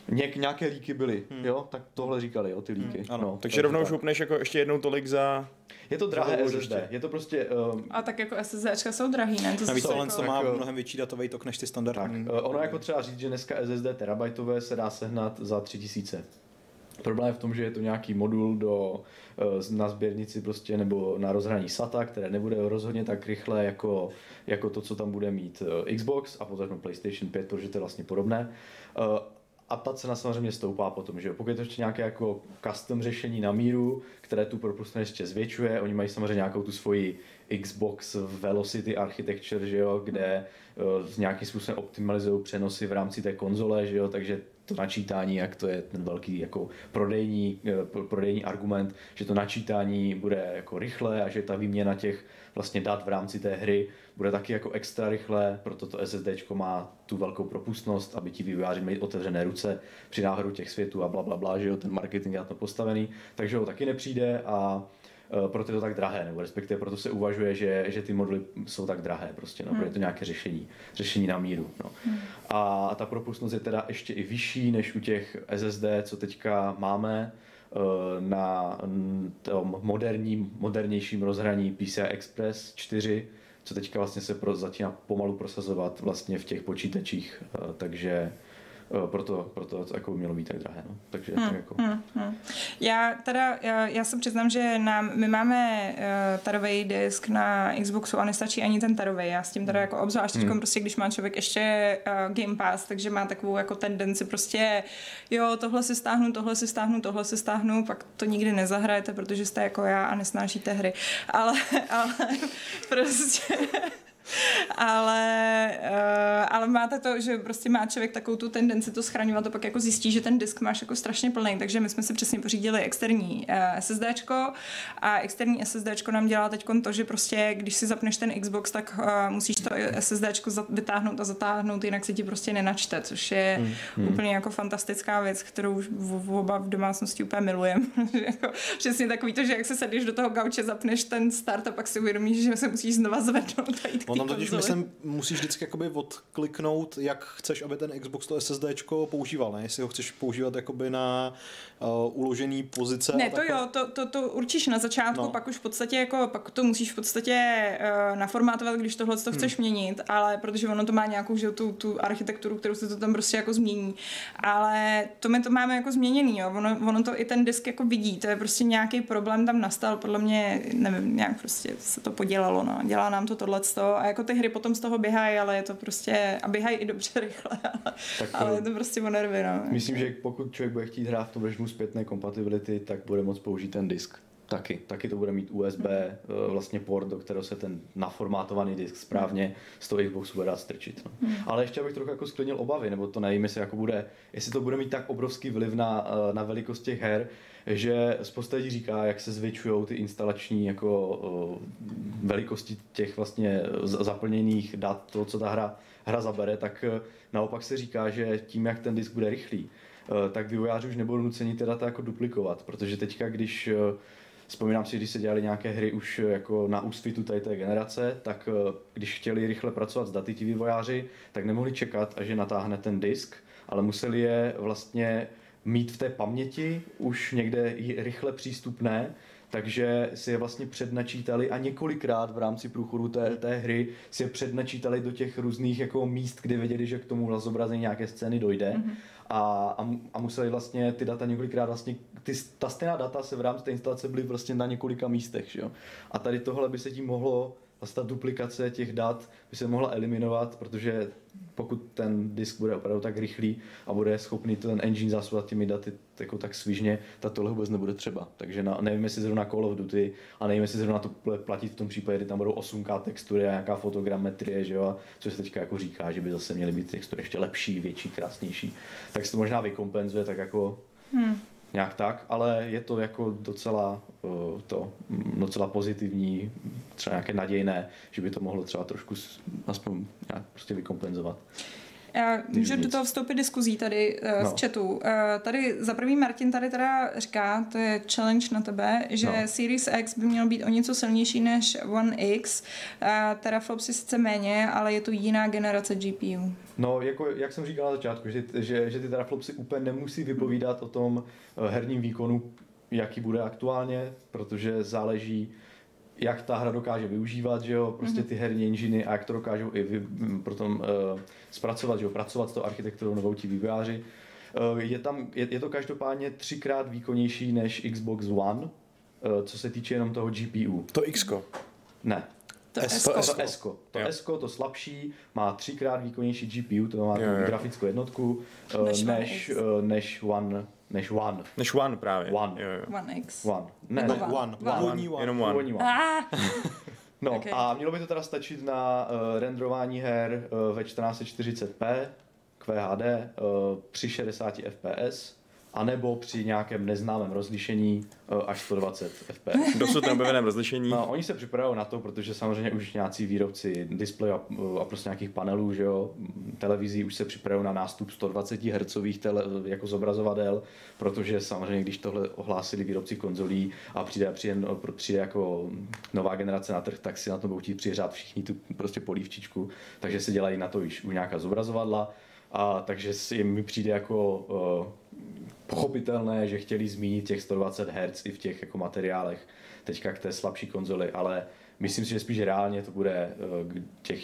Nějaké líky byly, jo, tak tohle říkali, jo, ty líky. Ano. No, Takže rovnou šupneš jako ještě jednou tolik za... Je to drahé dobu SSD, ještě. je to prostě... A tak jako SSDčka jsou drahý, ne? To Navíc jsou tohle jako... to má tak, mnohem větší datový tok než ty Tak, standardní. ono jako třeba říct, že dneska SSD terabajtové se dá sehnat za 3000. Problém je v tom, že je to nějaký modul na sběrnici prostě nebo na rozhraní SATA, které nebude rozhodně tak rychle jako to, co tam bude mít Xbox a potom PlayStation 5, protože to je vlastně podobné. A ta cena samozřejmě stoupá potom, že jo. Pokud je to ještě nějaké jako custom řešení na míru, které tu propustnost ještě zvětšuje, oni mají samozřejmě nějakou tu svoji Xbox Velocity Architecture, že jo, kde nějakým způsobem optimalizují přenosy v rámci té konzole, že jo, takže to načítání, jak to je ten velký jako prodejní argument, že to načítání bude jako rychle a že ta výměna těch vlastně dat v rámci té hry bude taky jako extra rychle, proto to SSDčko má tu velkou propustnost, aby ti vývojáři měli otevřené ruce při náhodu těch světů a blablabla, že jo, ten marketing je na to postavený, takže ho taky nepřijde a proto je to tak drahé, nebo respektive proto se uvažuje, že ty moduly jsou tak drahé prostě, no, protože je to nějaké řešení na míru, no. A ta propustnost je teda ještě i vyšší než u těch SSD, co teďka máme na tom modernějším rozhraní PCI Express 4, co teďka vlastně se začíná pomalu prosazovat vlastně v těch počítačích, takže proto to jako by mělo být tak drahé, no. Takže tak jako... Já se přiznám, že my máme tarový disk na Xboxu a nestačí ani ten tarový. Já s tím teda jako obzvlášť teďkom prostě, když má člověk ještě Game Pass, takže má takovou jako tendenci prostě jo, tohle si stáhnu, pak to nikdy nezahrajete, protože jste jako já a nesnášíte hry. Ale prostě... ale máte to, že prostě má člověk takovou tu tendenci to schraňovat a pak jako zjistí, že ten disk máš jako strašně plný, takže my jsme si přesně pořídili externí SSDčko a externí SSDčko nám dělá teďkon to, že prostě když si zapneš ten Xbox, tak musíš to SSDčko vytáhnout a zatáhnout, jinak se ti prostě nenačte, což je úplně jako fantastická věc, kterou už oba v domácnosti úplně milujeme. Jako přesně takový to, že jak se sedíš do toho gauče, zapneš ten start a pak si uvědomíš, že se musíš znova zvednout a jít tam totiž myslím, musíš vždycky jakoby odkliknout, jak chceš, aby ten Xbox to SSDčko používal, ne? Jestli ho chceš používat jakoby na uložený pozice. Ne, to jo, to určíš na začátku, no. Pak už v podstatě jako, pak to musíš v podstatě naformátovat, když tohle to chceš měnit, ale protože ono to má nějakou, že tu architekturu, kterou se to tam prostě jako změní. Ale my to máme jako změněný, jo. Ono to i ten disk jako vidí, to je prostě nějaký problém tam nastal, podle mě, nevím, nějak prostě se to podělalo, no. Dělá nám to tohleto a jako ty hry potom z toho běhají, ale je to prostě, a běhají i dobře rychle, ale je to prostě o nervy, no. Myslím, že pokud člověk bude chtít hrát v tom režimu zpětné kompatibility, tak bude moct použít ten disk. Taky to bude mít USB vlastně port, do kterého se ten naformátovaný disk správně z toho Xboxu bude dát strčit. No. Ale ještě abych trochu jako sklidnil obavy, nebo to nevím, jestli to bude mít tak obrovský vliv na velikost těch her, že spousta lidí říká, jak se zvětšují ty instalační jako velikosti těch vlastně zaplněných dat, toho, co ta hra zabere, tak naopak se říká, že tím, jak ten disk bude rychlý, tak vývojáři už nebudou nuceni ty data jako duplikovat, protože teďka, když vzpomínám si, když se dělali nějaké hry už jako na úsvitu té generace, tak když chtěli rychle pracovat s daty ti vývojáři, tak nemohli čekat, až je natáhne ten disk, ale museli je vlastně mít v té paměti už někde rychle přístupné, takže si je vlastně přednačítali a několikrát v rámci průchodu té hry si je přednačítali do těch různých jako míst, kde věděli, že k tomu zobrazení nějaké scény dojde. A museli vlastně ty data několikrát vlastně, ta stejná data se v rámci té instalace byly vlastně na několika místech, že jo? A tady tohle by se tím mohlo, vlastně ta duplikace těch dat by se mohla eliminovat, protože pokud ten disk bude opravdu tak rychlý a bude schopný ten engine zasouvat těmi daty jako tak svižně, tak tohle vůbec nebude třeba. Takže nevím, jestli zrovna Call of Duty a nevím, jestli zrovna to platí v tom případě, kdy tam budou 8K textury a nějaká fotogrammetrie, že jo, což se teďka jako říká, že by zase měly být textury ještě lepší, větší, krásnější. Tak se to možná vykompenzuje tak jako nějak tak, ale je to jako docela pozitivní, třeba nějaké nadějné, že by to mohlo třeba trošku aspoň nějak prostě vykompenzovat. Já můžu do toho vstoupit diskuzí tady v chatu. Tady za první Martin tady teda říká, to je challenge na tebe, že Series X by měl být o něco silnější než One X. Teraflops je sice méně, ale je to jiná generace GPU. No, jako, jak jsem říkal na začátku, že ty teraflopsy úplně nemusí vypovídat o tom herním výkonu, jaký bude aktuálně, protože záleží, jak ta hra dokáže využívat, že jo, prostě ty herní enginy a jak to dokážou i potom zpracovat, že jo, pracovat s tou architekturou novou ti vývojáři. Je to každopádně 3x výkonnější než Xbox One, co se týče jenom toho GPU. To X-ko? Ne. To S-ko, to slabší, má 3x výkonnější GPU, to má grafickou jednotku, než One právě. One X. Jenom One. No okay. A mělo by to teda stačit na renderování her ve 1440p, QHD, při 60 fps, anebo při nějakém neznámém rozlišení až 120 fps. Dosud neobjeveném rozlišení. No, oni se připravují na to, protože samozřejmě už nějací výrobci displeje a prostě nějakých panelů, že jo, televizí už se připravují na nástup 120 Hz jako zobrazovadel, protože samozřejmě, když tohle ohlásili výrobci konzolí a přijde jako nová generace na trh, tak si na to budou chtít přihrát všichni tu prostě polívčičku, takže se dělají na to už nějaká zobrazovadla. A takže mi přijde jako pochopitelné, že chtěli zmínit těch 120 Hz i v těch jako materiálech teďka k té slabší konzoli, ale myslím si, že spíš reálně to bude těch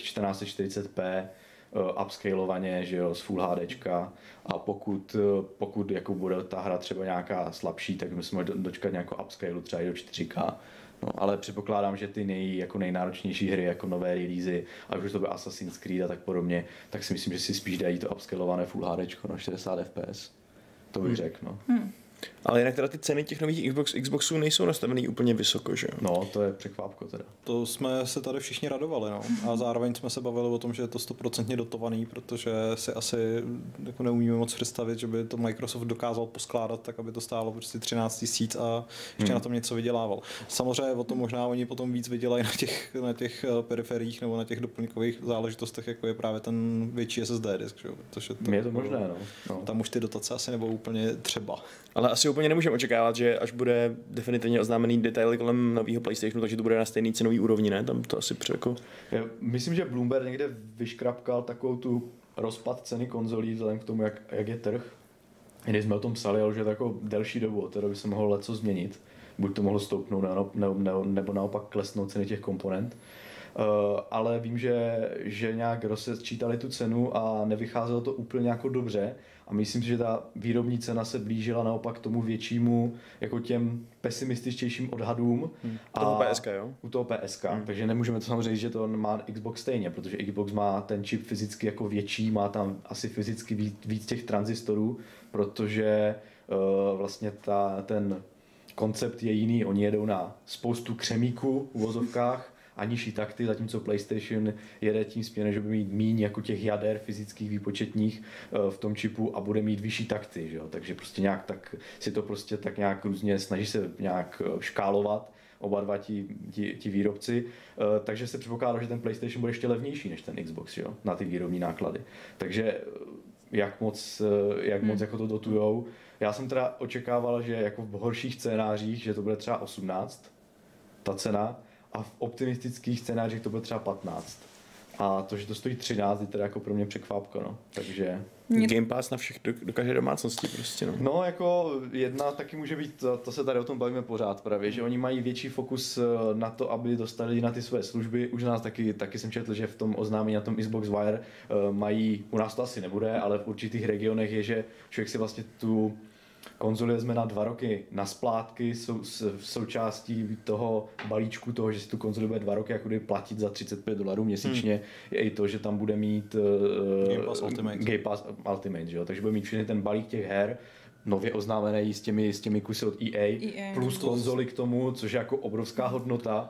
1440p upscalovaně, že jo, z Full HDčka, a pokud jako bude ta hra třeba nějaká slabší, tak bychom mohli dočkat nějakou upscale třeba i do 4K. No, ale předpokládám, že ty nejnáročnější hry, jako nové releasy, a už to bude Assassin's Creed a tak podobně, tak si myslím, že si spíš dají to upscalované Full HD na 60 fps. To bych řekl, no. Ale jinak teda ty ceny těch nových Xboxů nejsou nastavený úplně vysoko, že jo? No, to je překvápko teda. To jsme se tady všichni radovali, no. A zároveň jsme se bavili o tom, že je to 100% dotovaný, protože si asi jako neumíme moc představit, že by to Microsoft dokázal poskládat tak, aby to stálo prostě 13 000 a ještě na tom něco vydělával. Samozřejmě o tom možná oni potom víc vydělají na těch periferiích nebo na těch doplňkových záležitostech, jako je právě ten větší SSD disk, že jo? Protože je to možné, no. Tam už ty dotace asi nebudou úplně třeba. Ale asi úplně nemůžeme očekávat, že až bude definitivně oznámený detaily kolem nového PlayStationu, takže to bude na stejný cenový úrovni, ne? Tam to asi jako... Myslím, že Bloomberg někde vyškrapkal takovou tu rozpad ceny konzolí vzhledem k tomu, jak je trh. Když jsme o tom psali, ale že je to jako delší dobu, teda by se mohlo leco změnit. Buď to mohlo stoupnout nebo naopak klesnout ceny těch komponent. Ale vím, že nějak rozsčítali tu cenu a nevycházelo to úplně jako dobře. A myslím si, že ta výrobní cena se blížila naopak tomu většímu, jako těm pesimističtějším odhadům. Toho PSK, jo? U toho PSK. Takže nemůžeme to samozřejmě říct, že to má Xbox stejně, protože Xbox má ten čip fyzicky jako větší, má tam asi fyzicky víc těch tranzistorů, protože vlastně ten koncept je jiný. Oni jedou na spoustu křemíků v uvozovkách a nižší takty, zatímco PlayStation jede tím směrem, že bude mít míň jako těch jader fyzických výpočetních v tom čipu a bude mít vyšší takty, že jo? Takže prostě nějak tak si to prostě tak nějak různě snaží se nějak škálovat oba dva ti výrobci, takže se předpokládá, že ten PlayStation bude ještě levnější než ten Xbox, jo? Na ty výrobní náklady. Takže jak moc jako to dotujou. Já jsem teda očekával, že jako v horších scénářích, že to bude třeba 18, ta cena, a v optimistických scénářích to bude třeba 15. A to, že to stojí 13, je teda jako pro mě překvápko, no. Takže... Game Pass na všech do každé domácnosti prostě, no. No, jako jedna taky může být, to se tady o tom bavíme pořád právě, že oni mají větší fokus na to, aby dostali na ty své služby. Už nás taky jsem četl, že v tom oznámení na tom Xbox Wire mají, u nás to asi nebude, ale v určitých regionech je, že člověk si vlastně tu konzoli vezme na 2 roky na splátky, součástí toho balíčku toho, že si tu konzoli bude 2 roky jako platit za $35 měsíčně, je i to, že tam bude mít Game Pass Ultimate, že jo? Takže bude mít všechny ten balík těch her, nově oznámený s těmi kusy od EA plus konzoli k tomu, což je jako obrovská hodnota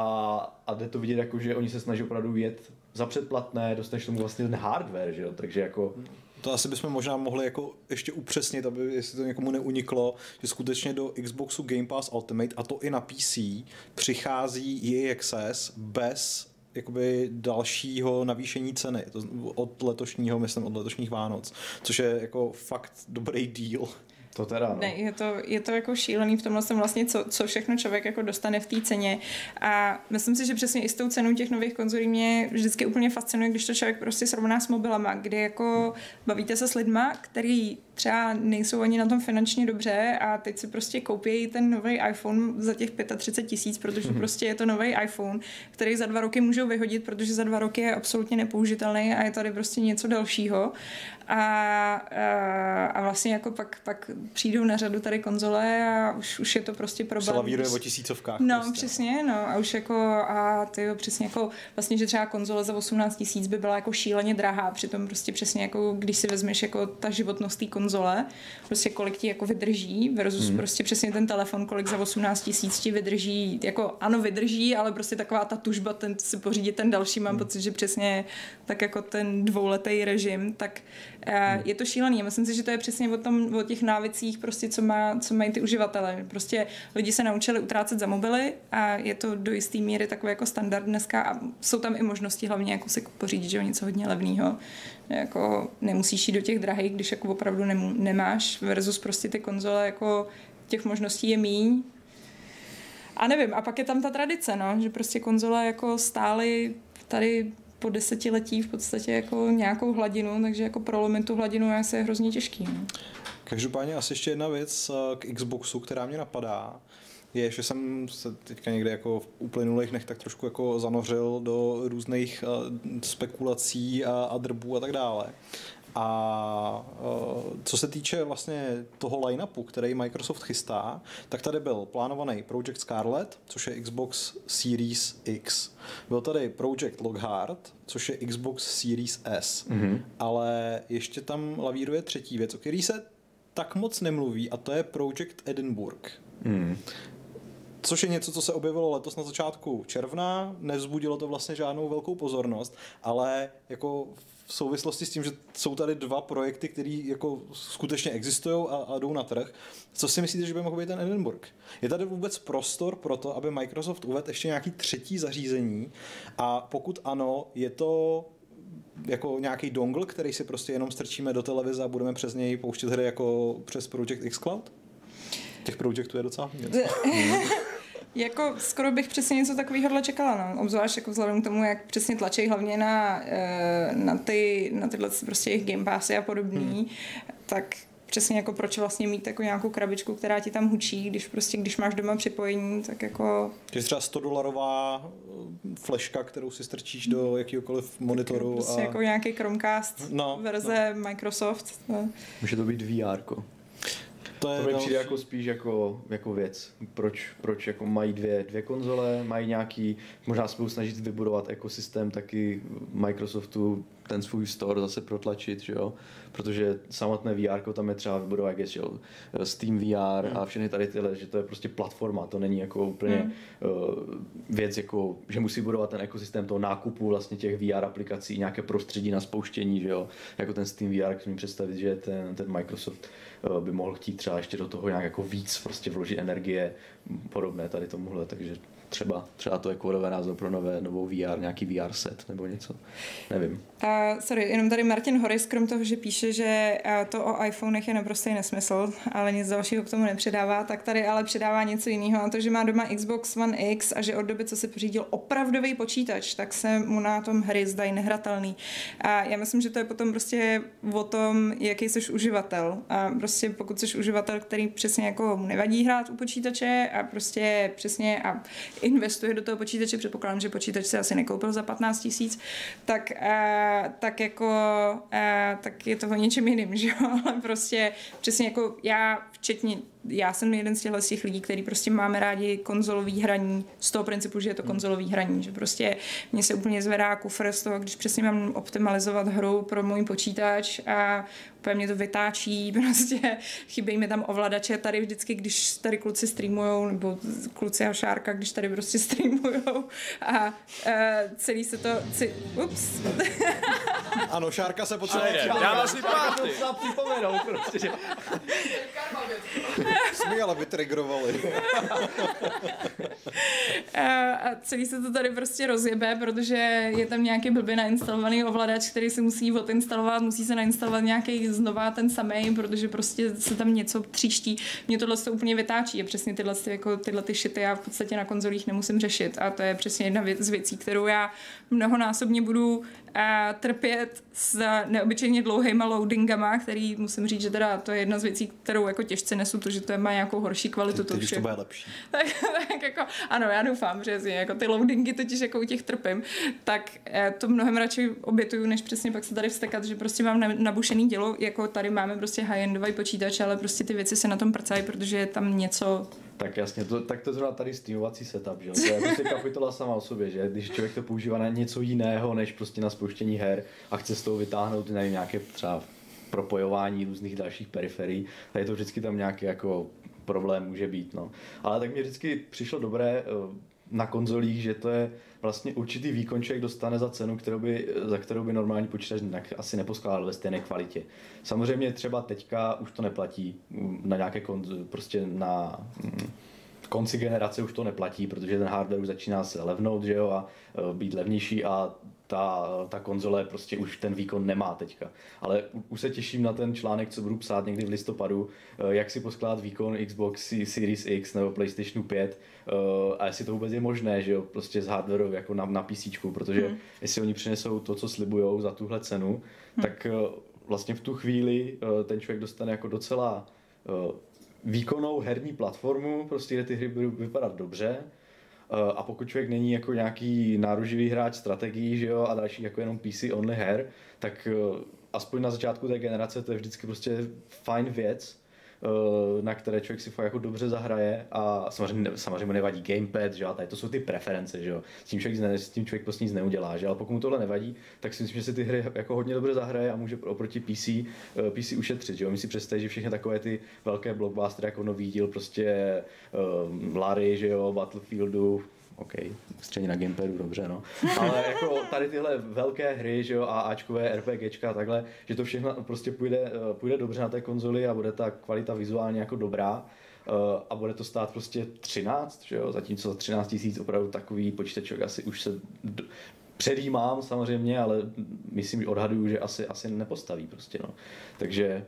a jde to vidět jako, že oni se snaží opravdu jet za předplatné, dostaneš tomu vlastně ten hardware, že jo? Takže jako... To asi bychom možná mohli jako ještě upřesnit, aby jestli to někomu neuniklo, že skutečně do Xboxu Game Pass Ultimate, a to i na PC, přichází EA Access bez jakoby dalšího navýšení ceny, od letošních Vánoc, což je jako fakt dobrý deal. To teda, no. Ne, je to jako šílený v tomhle vlastně, co všechno člověk jako dostane v té ceně. A myslím si, že přesně i s tou cenou těch nových konzolí mě vždycky úplně fascinuje, když to člověk prostě srovná s mobilama, kdy jako bavíte se s lidma, který třeba nejsou ani na tom finančně dobře a teď si prostě koupí ten nový iPhone za těch 35 000, protože prostě je to nový iPhone, který za 2 roky můžou vyhodit, protože za 2 roky je absolutně nepoužitelný a je tady prostě něco dalšího. A vlastně jako pak přijdou na řadu tady konzole a už je to prostě problém. Se lavíruje o tisícovkách. No, prostě. přesně, no a už jako přesně jako vlastně, že třeba konzole za 18 000 by byla jako šíleně drahá, přitom prostě přesně jako když si vezmeš jako ta životnost té konzole, prostě kolik ti jako vydrží versus prostě přesně ten telefon, kolik za 18 000 ti vydrží, jako ano vydrží, ale prostě taková ta tužba si pořídit ten další, mám pocit, že přesně tak jako ten 2letý režim, tak je to šílený. Myslím si, že to je přesně o těch návicích, prostě, co mají ty uživatelé. Prostě lidi se naučili utrácet za mobily a je to do jisté míry takový jako standard dneska a jsou tam i možnosti hlavně jako si pořídit, že něco hodně levného. Jako nemusíš jít do těch drahých, když jako opravdu nemáš versus prostě ty konzole, jako těch možností je míň. A nevím, a pak je tam ta tradice, no, že prostě konzole jako stály tady po desetiletí v podstatě jako nějakou hladinu, takže jako prolomit tu hladinu je hrozně těžký. No. Každopádně asi ještě jedna věc k Xboxu, která mě napadá, je, že jsem se teďka někde jako v uplynulých dnech tak trošku jako zanořil do různých spekulací a drbů a tak dále. A co se týče vlastně toho line-upu, který Microsoft chystá, tak tady byl plánovaný Project Scarlet, což je Xbox Series X. Byl tady Project Lockhart, což je Xbox Series S. Ale ještě tam lavíruje třetí věc, o který se tak moc nemluví, a to je Project Edinburgh. Což je něco, co se objevilo letos na začátku června, nevzbudilo to vlastně žádnou velkou pozornost, ale jako v souvislosti s tím, že jsou tady 2 projekty, které jako skutečně existují a jdou na trh. Co si myslíte, že by mohl být ten Edinburgh? Je tady vůbec prostor pro to, aby Microsoft uvedl ještě nějaký třetí zařízení? A pokud ano, je to jako nějaký dongle, který si prostě jenom strčíme do televize a budeme přes něj pouštět hry jako přes Project xCloud? Těch projektů je docela hodně. Jako skoro bych přesně něco takového čekala, no. Obzvlášť jako vzhledem k tomu, jak přesně tlačí hlavně na tyhle prostě jejich Game Passy a podobný, tak přesně jako proč vlastně mít jako nějakou krabičku, která ti tam hučí, když máš doma připojení, tak jako... Je třeba $100 fleška, kterou si strčíš do jakýhokoliv monitoru. Prostě jako nějaký Chromecast verze Microsoft. No. Může to být VR-ko. To mi přijde jako spíš jako věc. Proč jako mají dvě konzole, mají nějaký, možná se budou snažit vybudovat ekosystém taky Microsoftu, ten svůj store zase protlačit, že jo? Protože samotné VR tam je třeba vybudovat, že jo? Steam VR a všechny tady tyhle, že to je prostě platforma, to není jako úplně věc, jako, že musí budovat ten ekosystém toho nákupu vlastně těch VR aplikací, nějaké prostředí na spouštění, že jo? Jako ten Steam VR, jak si mi představit, že ten Microsoft by mohl chtít třeba ještě do toho nějak jako víc prostě vložit energie podobné tady tomuhle, takže třeba to je kódové název pro novou VR, nějaký VR set nebo něco, nevím. Sorry, jenom tady Martin Horis, krom toho, že píše, že to o iPhonech je naprostý nesmysl, ale nic dalšího k tomu nepředává, tak tady ale předává něco jiného, a to, že má doma Xbox One X a že od doby, co si pořídil opravdový počítač, tak se mu na tom hry zdají nehratelný. A já myslím, že to je potom prostě o tom, jaký jsi uživatel. A prostě pokud jsi uživatel, který přesně jako mu nevadí hrát u počítače a prostě přesně a investuje do toho počítače, předpokládám, že počítač si asi nekoupil za 15 000, tak je to o něčem jiným, že jo, ale prostě přesně jako já jsem jeden z těch lidí, který prostě máme rádi konzolový hraní z toho principu, že je to konzolový hraní, že prostě mně se úplně zvedá kufr z toho, když přesně mám optimalizovat hru pro můj počítač a úplně mě to vytáčí, prostě chybějí mi tam ovladače tady vždycky, když tady kluci streamujou, nebo kluci a Šárka, když tady prostě streamujou a celý se to... Ups. Ano, Šárka se potřebuje. Dává si párty. To připomenout prostě, že... Jsme ale vytrigrovali. A celý se to tady prostě rozjebe, protože je tam nějaký blbě nainstalovaný ovladač, který se musí odinstalovat, musí se nainstalovat nějaký znova ten samej, protože prostě se tam něco tříští. Mě tohle to úplně vytáčí a přesně tyhle ty shity já v podstatě na konzolích nemusím řešit a to je přesně jedna z věcí, kterou já mnohonásobně budu trpět s neobyčejně dlouhýma loadingama, který musím říct, že teda to je jedna z věcí, kterou jako těžce nesu, to, že to má nějakou horší kvalitu. Teď už to bude lepší. tak jako, ano, já doufám, že jako ty loadingy totiž jako u těch trpím, tak to mnohem radši obětuju, než přesně pak se tady vztekat, že prostě mám nabušený dělo, jako tady máme prostě high-endový počítač, ale prostě ty věci se na tom prcají, protože je tam něco. Tak jasně, tak to zrovna tady streamovací setup, že jo? To je prostě kapitola sama o sobě, že když člověk to používá na něco jiného, než prostě na spouštění her a chce z toho vytáhnout, nevím, nějaké třeba propojování různých dalších periferií, tady to vždycky tam nějaký jako problém může být, no. Ale tak mi vždycky přišlo dobré na konzolích, že to je vlastně určitý výkon člověk dostane za cenu, za kterou by normální počítač asi neposkládal ve stejné kvalitě. Samozřejmě třeba teďka už to neplatí, na nějaké prostě na konci generace už to neplatí, protože ten hardware už začíná se levnout, že jo, a být levnější a ta konzole prostě už ten výkon nemá teďka. Ale už se těším na ten článek, co budu psát někdy v listopadu, jak si poskládat výkon Xbox Series X nebo PlayStationu 5 a jestli to vůbec je možné, že jo, prostě z hardwareu jako na PCčku, protože jestli oni přinesou to, co slibujou za tuhle cenu, tak vlastně v tu chvíli ten člověk dostane jako docela výkonnou herní platformu, prostě kde ty hry budou vypadat dobře. A pokud člověk není jako nějaký náruživý hráč strategií, že jo, a další jako jenom PC only her, tak aspoň na začátku té generace to je vždycky prostě fajn věc, na které člověk si fakt jako dobře zahraje a samozřejmě mu nevadí gamepad, že jo, tady to jsou ty preference, že jo, s tím člověk prostě nic neudělá, že, ale pokud mu tohle nevadí, tak si myslím, že si ty hry jako hodně dobře zahraje a může oproti PC ušetřit, že jo, my si představit, že všechny takové ty velké blockbustery jako nový díl prostě Larry, že jo, Battlefieldu, OK, střelí na gamepadu, dobře, no. Ale jako tady tyhle velké hry, že jo, AAčkové, RPGčka a takhle, že to všechno prostě půjde dobře na té konzoli a bude ta kvalita vizuálně jako dobrá a bude to stát prostě 13, že jo, zatímco za 13 000 opravdu takový počítaček asi už se předjímám samozřejmě, ale myslím, že odhaduju, že asi nepostaví prostě, no. Takže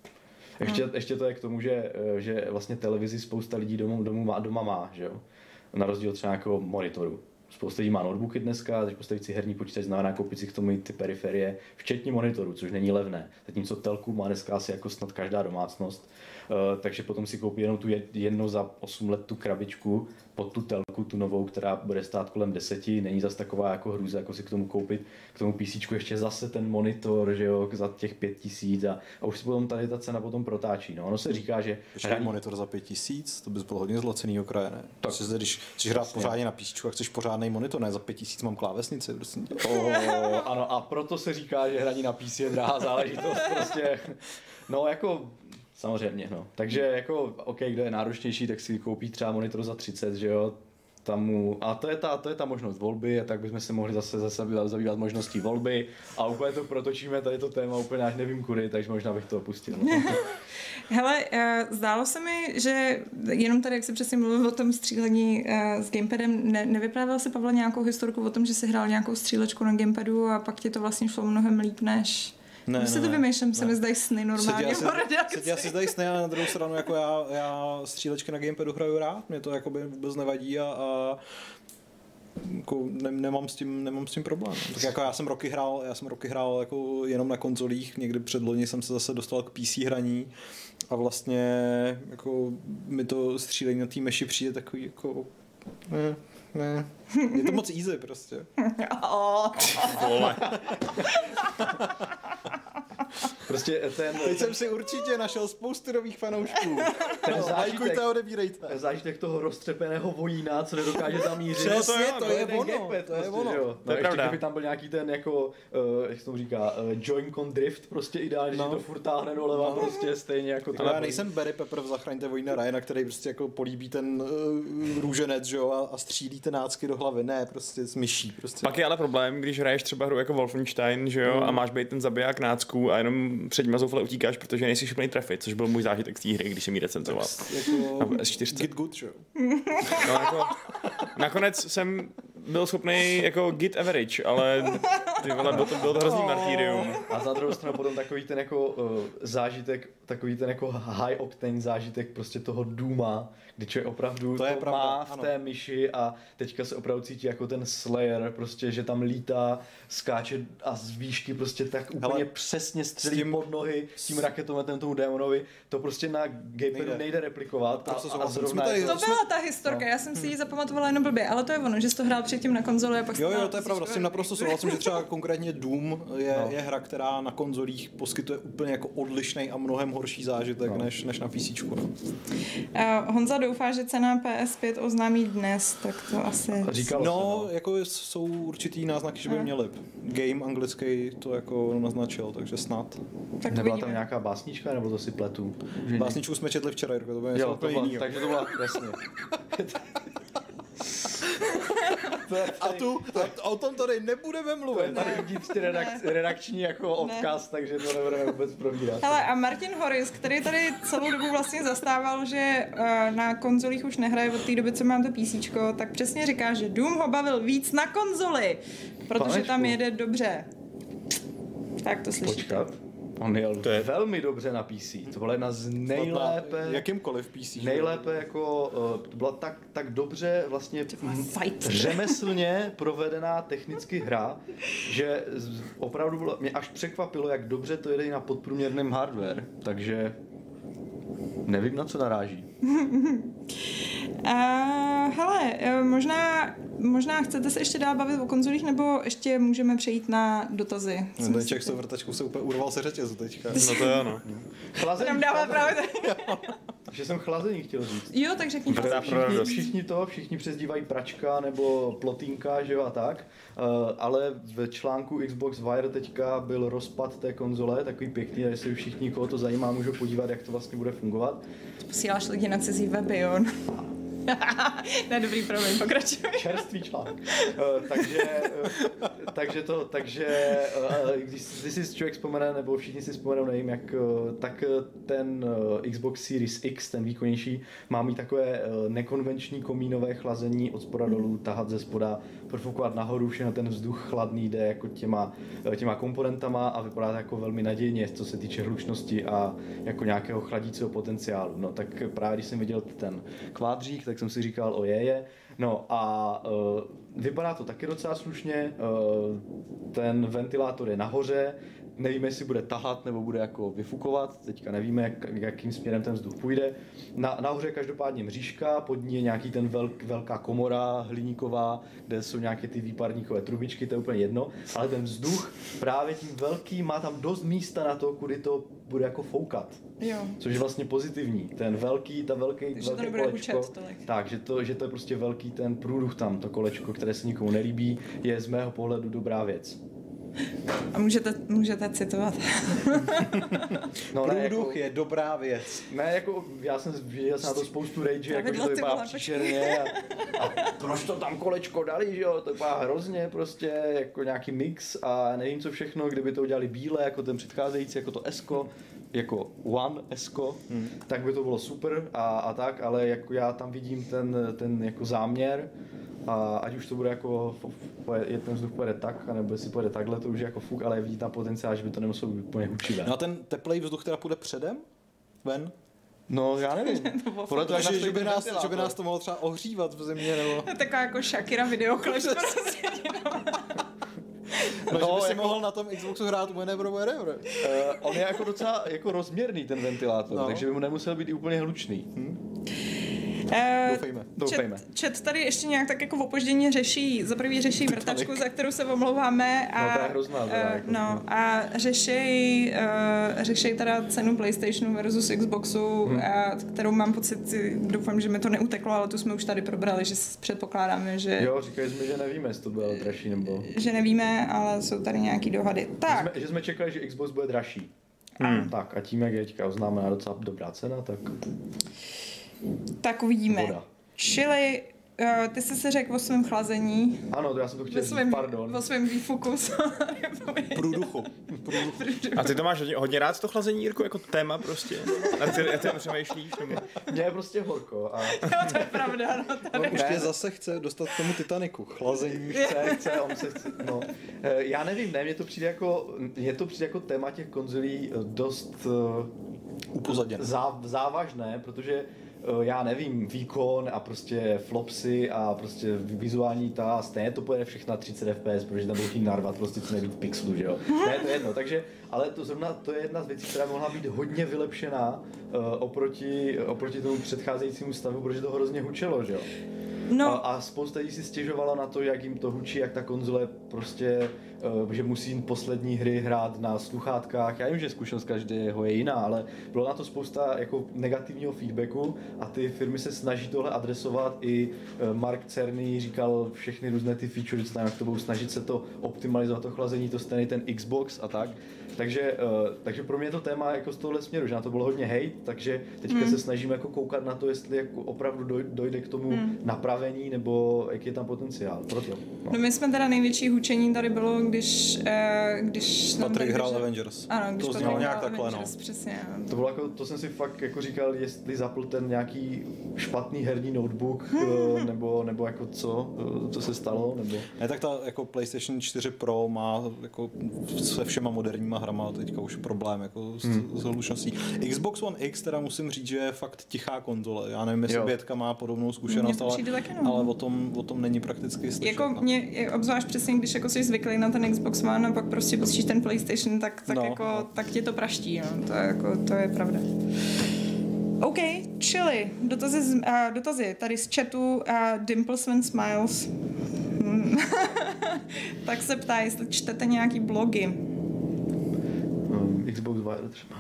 ještě to je k tomu, že vlastně televizi spousta lidí doma má, že jo. Na rozdíl třeba jako monitoru. Spousta lidí má notebooky dneska, takže postavit si herní počítač znamená koupit si k tomu ty periferie, včetně monitoru, což není levné. Zatímco telku má dneska asi jako snad každá domácnost, takže potom si koupí jenom tu jednou za 8 let tu krabičku pod tu telku, tu novou, která bude stát kolem 10, není zas taková jako hrůza, jako si k tomu koupit, k tomu PCčku ještě zase ten monitor, že jo, za těch 5000 a už si potom tady ta cena potom protáčí. No, ono se říká, že monitor za 5000, to bys byl hodně zlacenýho kraje, ne? Tak. Když chceš hrát pořádně na PC a chceš pořádný monitor, ne, za 5000 mám klávesnici, prostě. Ano, a proto se říká, že hraní na PC je drahá záležitost, prostě. No jako samozřejmě, no. Takže jako, OK, kdo je náročnější, tak si koupí třeba monitor za 30, že jo. A to je ta možnost volby a tak bychom se mohli zase zabývat možností volby a úplně to protočíme tady to téma úplně až nevím kudy, takže možná bych to opustil. No. Hele, zdálo se mi, že jenom tady, jak se přesně mluvil o tom střílení s gamepadem, nevyprávěl si, Pavle, nějakou historku o tom, že jsi hrál nějakou střílečku na gamepadu a pak ti to vlastně šlo mnohem líp než... Ne, si to vymýšlím, se mi zdají sny normálně. Se si zdají sny a na druhou stranu jako já střílečky na gamepadu hraju rád, mě to jakoby vůbec nevadí a jako nemám s tím problém. Tak jako já jsem roky hrál jako jenom na konzolích, někdy předloni jsem se zase dostal k PC hraní a vlastně jako mi to střílení na té meši přijde takový jako ne. Je to moc easy prostě. Prostě ten... Teď jsem si určitě našel spoustu nových fanoušků. Lajkujte a odebírejte. Zážitek toho roztřepeného vojína, co nedokáže zamířit. Přesně, to je ten ono, gamepad to je prostě, ono. že jo. To je ještě pravda. kdyby tam byl nějaký ten jako, jak se tomu říká, Joy-Con drift, prostě ideálně, že to furt táhne doleva, prostě stejně jako to. Já nejsem Barry Pepper v Zachraňte vojína Ryana, který prostě jako políbí ten růženec, že jo, a střílí ty nácky do hlavy. Ne, prostě s myší. Prostě. Pak je ale problém, když hraješ třeba hru jako Wolfenstein, že jo, a máš být ten zabiják nácků a jenom před nima zoufale utíkáš, protože nejsi schopný trefit, což byl můj zážitek z té hry, když jsem ji recenzoval. Jako Na S4. Get good, že jo. No, jako, nakonec jsem byl schopný jako git average, ale ty vole, bylo to hrozný martýrium. A za druhou stranu potom takový ten jako zážitek, takový ten jako high octane zážitek prostě toho Dooma, kdy člověk opravdu To je to pravda, má v ano. té myši a teďka se opravdu cítí jako ten Slayer, prostě, že tam lítá, skáče a z výšky prostě tak úplně Hele, přesně střelí s tím- pod nohy s tím raketometem tomu démonovi, to prostě na gamepadu nejde replikovat Naprosto a souhlasím. zrovna Jsme tady- je To byla ta historka, já jsem si ji zapamatovala jenom blbě, ale to je ono, že jsi to hrál předtím na konzoli a pak jsi Jo, to to je pravda, s tím naprosto souhlasím, že třeba konkrétně Doom je hra, která na konzolích poskytuje úplně jako odlišný a mnohem horší zážitek než na PCčku. No. Honza doufá, že cena PS5 oznámí dnes, tak to asi... Říkalo No, se, no. jako jsou určitý náznaky, že by měli. Game anglický to jako naznačil, takže snad. Tak Nebyla uvidíme. tam nějaká básnička, nebo to si pletu? Básničku jsme četli včera, Jirko, to bylo něco Jo, to úplně byla, jinýho. takže to byla, jasně. A o tom tady nebudeme To je mluvit. tady vidíte redakční jako odkaz, takže to nebudeme vůbec probírat. Hele, a Martin Horis, který tady celou dobu vlastně zastával, že na konzolích už nehraje od té doby, co mám to PCčko, tak přesně říká, že Doom ho bavil víc na konzoli, protože Panečku. tam jede dobře. Tak to slyšíte. Počkat. On jel velmi dobře na PC. To byla jedna z nejlépe... Jakýmkoliv PC. že? Nejlépe jako, to byla tak dobře vlastně fight. řemeslně provedená technicky hra, že opravdu bylo, mě až překvapilo, jak dobře to jede i na podprůměrném hardware, takže nevím, na co naráží. Hele, možná chcete se ještě dál bavit o konzolích, nebo ještě můžeme přejít na dotazy? Co Ten člověk s tou vrtačkou se úplně urval se řetězu teďka. No to jo, no. Tam dává právě Že jsem chlazení chtěl říct. Jo, tak řekni. Všichni přezdívají pračka nebo plotínka, že jo, a tak. Ale v článku Xbox Wire teďka byl rozpad té konzole, takový pěkný, a jestli všichni, koho to zajímá, můžou podívat, jak to vlastně bude fungovat. Posíláš lidi na cizí weby, jo? Ne, dobrý, promiň, pokračuj. Čerstvý článek. Takže když si člověk vzpomene, nebo všichni si vzpomenou, nevím jak, tak ten Xbox Series X, ten výkonnější, má mít takové nekonvenční komínové chlazení od spoda dolů, tahat ze spoda, profukovat nahoru, všechno ten vzduch chladný jde jako těma komponentama a vypadá to jako velmi nadějně, co se týče hlučnosti a jako nějakého chladícího potenciálu. No tak právě když jsem viděl ten kvádřík, tak jsem si říkal, ojeje. No a vypadá to taky docela slušně, ten ventilátor je nahoře, nevíme, jestli bude tahat nebo bude jako vyfukovat, teďka nevíme, jakým směrem ten vzduch půjde. Nahoře je každopádně mřížka, pod ní je nějaký ten velká komora hliníková, kde jsou nějaké ty výparníkové trubičky, to je úplně jedno, ale ten vzduch právě tím velký má tam dost místa na to, kudy to bude jako foukat. Jo. Což je vlastně pozitivní. Ten velký Takže to velké nebude kolečko. hučet tolik. Tak, že to je prostě velký ten průduch tam, to kolečko, které se nikomu nelíbí, je z mého pohledu dobrá věc. A můžete citovat. No, ne, Průduch je dobrá věc. Ne, jako já jsem viděl na to spoustu rage, jako, že Pravidla, to ty vypadá vole, příšerně a proč to tam kolečko dali, že jo, to vypadá hrozně prostě, jako nějaký mix a nevím co všechno, kdyby to udělali bílé, jako ten předcházející, jako to S-ko, jako One S-ko, tak by to bylo super a tak, ale jako já tam vidím ten jako záměr a ať už to bude jako, ten vzduch pojede tak, anebo jestli pojede takhle, to už je jako fuk, ale vidí tam potenciál, že by to nemuselo být úplně hučivé. No a ten teplej vzduch teda půjde předem? Ven? No, já nevím. Podle toho, Takže, jak že by nás ventilátor. to mohlo třeba ohřívat v zimě, nebo... Taková jako Shakira videoklip. No, že by si jako- mohl na tom Xboxu hrát whenever. On je jako docela jako rozměrný ten ventilátor, No. takže by mu nemusel být i úplně hlučný. Doufejme. Chat tady ještě nějak tak jako v opoždění řeší, za prvý řeší vrtačku, za kterou se omlouváme No, to je hrozná, a řeší teda cenu PlayStationu versus Xboxu, kterou mám pocit, doufám, že mi to neuteklo, ale tu jsme už tady probrali, že předpokládáme, že... Jo, říkali jsme, že nevíme, jestli to bylo dražší nebo... Že nevíme, ale jsou tady nějaký dohady. Tak. Že jsme čekali, že Xbox bude dražší. Tak a tím, jak je teďka oznámená docela dobrá cena, tak uvidíme. Voda. Čili ty jsi se řekl o svém chlazení. Ano, já jsem to chtěl říct, pardon. O svém výfuku. Průduchu. A ty to máš hodně rád, to chlazení, Jirko, jako téma prostě? A ty přemýšlíš? Nebo... Mně je prostě horko. A... Jo, to je pravda. On už tě zase chce dostat k tomu Titaniku. Chlazení. Chce, on se chce, no. Já nevím, mně to přijde jako téma těch konzolí dost upozaděné. Závažné, protože já nevím, výkon a prostě flopsy a prostě vizuální stejně to pojede všechno na 30 fps, protože tam budou narvat prostě co nejvíc pixelů, že jo. Ne, to je jedno, takže, ale to je jedna z věcí, která mohla být hodně vylepšená oproti tomu předcházejícímu stavu, protože to hrozně hučelo, že jo. No. A spousta lidí si stěžovalo na to, jak jim to hučí, jak ta konzole prostě, že musí poslední hry hrát na sluchátkách. Já vím, že zkušenost každého je jiná, ale bylo na to spousta jako negativního feedbacku a ty firmy se snaží tohle adresovat. I Mark Cerny říkal všechny různé ty feature, co tam jak to budou snažit se to optimalizovat, to chlazení, to stejný ten Xbox a tak. Takže pro mě je to téma jako z tohohle směru, že na to bylo hodně hate, takže teďka se snažíme jako koukat na to, jestli jako opravdu dojde k tomu napravení, nebo jaký je tam potenciál. Proto. No my jsme teda největší hučení tady bylo, když Patrik hrál Avengers. Ano, když to Patrik nějak hrál takhle, Avengers, přesně. To bylo jako, to jsem si fakt jako říkal, jestli zapl ten nějaký špatný herní notebook, nebo jako co se stalo, nebo... Ne, tak ta jako PlayStation 4 Pro má jako se všema moderníma hrama teďka už problém jako s hlučností. Xbox One X teda musím říct, že je fakt tichá konzole. Já nevím, jestli Bětka má podobnou zkušenost, ale o tom není prakticky slyšet. Jako mě obzvlášť přesně, když jako jsi zvyklý na ten Xbox One a pak prostě pustíš ten PlayStation, tak tě to praští, no. To je pravda. OK, čili dotazy tady z chatu Dimples and Smiles. Tak se ptá, jestli čtete nějaký blogy. Xbox Wire třeba.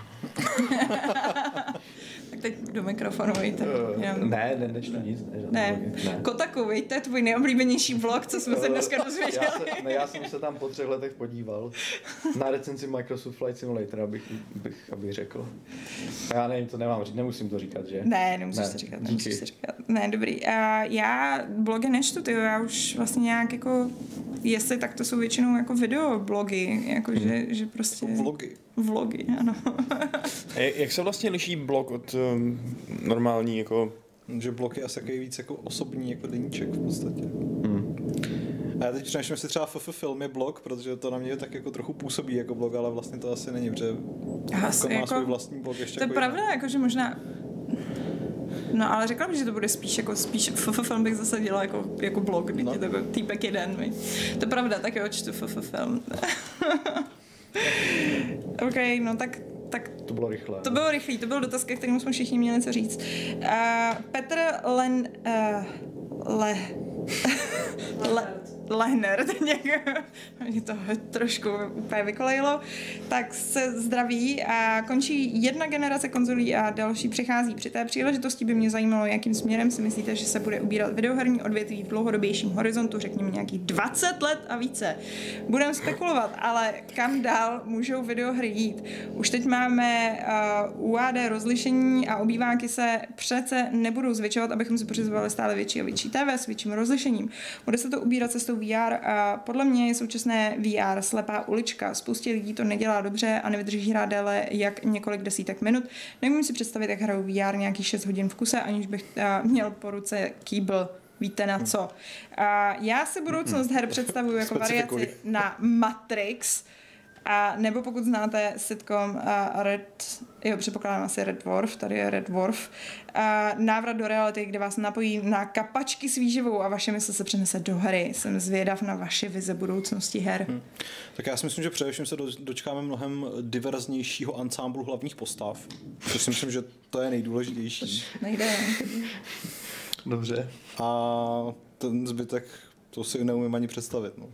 Tak teď do mikrofonu, víte. Nečtu nic. Ne. Kotaku, víte, to je tvůj nejoblíbenější vlog, co jsme se dneska dozvěděli. Já jsem se tam po 3 letech podíval na recenzi Microsoft Flight Simulator, abych řekl. Já nevím, to nemám říct, nemusím to říkat, že? Ne, nemusíš to říkat. Ne, dobrý. Já blogy nečtu, já už vlastně nějak jako, jestli tak to jsou většinou jako videoblogy, jako že prostě... Vlogy, ano. Jak se vlastně liší blog od normální jako... Že blog je asi víc jako osobní, jako deníček v podstatě. A já teď přemýšlím, jestli třeba film je blog, protože to na mě tak jako trochu působí jako blog, ale vlastně to asi není, protože má jako, svůj vlastní blog ještě. To je jako pravda, jakože možná... No, ale řekla bych, že to bude spíš film bych zase dělala jako blog, když je to jako týpek jeden, viď? To je pravda, tak jo, čtu film. OK, no tak to bylo rychlé. To bylo rychlý, to byl dotaz, ke kterému jsme všichni měli co říct. Petr Lehner, mě to trošku úplně vykolejilo, tak se zdraví a končí jedna generace konzolí a další přichází. Při té příležitosti by mě zajímalo, jakým směrem si myslíte, že se bude ubírat videoherní odvětví v dlouhodobějším horizontu, řekněme nějakých 20 let a více. Budeme spekulovat, ale kam dál můžou videohry jít? Už teď máme UAD rozlišení a obýváky se přece nebudou zvětšovat, abychom si pořizovali stále větší a větší TV s větším rozlišením. Bude se to ubírat cestou VR a podle mě je současné VR slepá ulička. Spoustě lidí to nedělá dobře a nevydrží hrát déle jak několik desítek minut. Nemůžu si představit, jak hrajou VR nějakých 6 hodin v kuse, aniž bych měl po ruce kýbl. Víte na co. Já si budoucnost her představuju jako variaci na Matrix, a nebo pokud znáte sitcom předpokládám asi Red Dwarf, tady je Red Dwarf, návrat do reality, kde vás napojí na kapačky s výživou a vaše mysl se přenese do hry. Jsem zvědav na vaše vize budoucnosti her. Tak já si myslím, že především se dočkáme mnohem diverznějšího ansámblu hlavních postav, což si myslím, že to je nejdůležitější. Nejde. Dobře. A ten zbytek, to si neumím ani představit. No.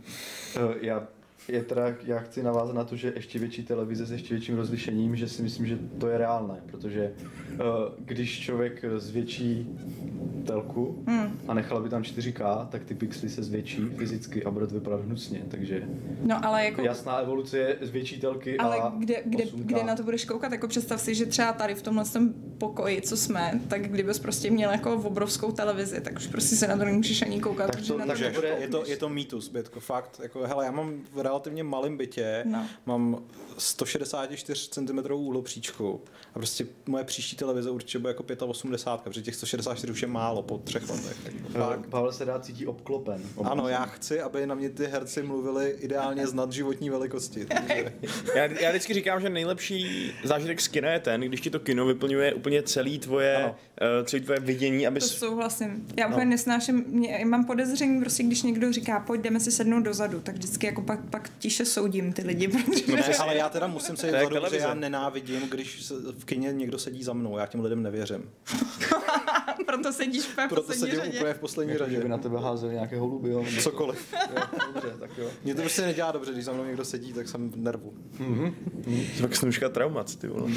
Já chci navázat na to, že ještě větší televize s ještě větším rozlišením, že si myslím, že to je reálné, protože když člověk zvětší telku a nechal by tam 4K, tak ty pixely se zvětší fyzicky a bude to vypadat hnusně, takže No, ale jako... jasná evoluce je zvětší telky Ale a kde na to budeš koukat? Jako představ si, že třeba tady v tomhle pokoji, co jsme, tak kdybys prostě měl jako obrovskou televizi, tak už prostě se na to nemůžeš ani koukat. Tak to, na tak bude... Je to mýtus, Bětko, fakt. Jako, hele, já mám v relativně malém bytě, mám 164 cm úhlopříčku a prostě moje příští televize určitě bude jako 85, protože těch 164 už je málo po 3 letech. Pavel se dá cítí obklopen. Ano, já chci, aby na mě ty herci mluvili ideálně z nadživotní velikosti. Takže... Já vždycky říkám, že nejlepší zážitek z kina je ten, když ti to kino vyplňuje úplně celé tvoje vidění, aby... To souhlasím. Já úplně nesnáším, mám podezření, prostě když někdo říká, pojď, jdeme si sednout dozadu, tak vždycky jako pak tiše soudím ty lidi, protože... Ale já teda musím se jít že já nenávidím, když v kině někdo sedí za mnou, já těm lidem nevěřím. Proto sedíš v poslední řadě. Úplně v poslední řadě. Že by na tebe házeli nějaké holuby, jo? Cokoliv. Jo, dobře, tak jo. Mně to prostě nedělá dobře, když za mnou někdo sedí, tak jsem v nervu. Tak snůžka traumat, ty vole.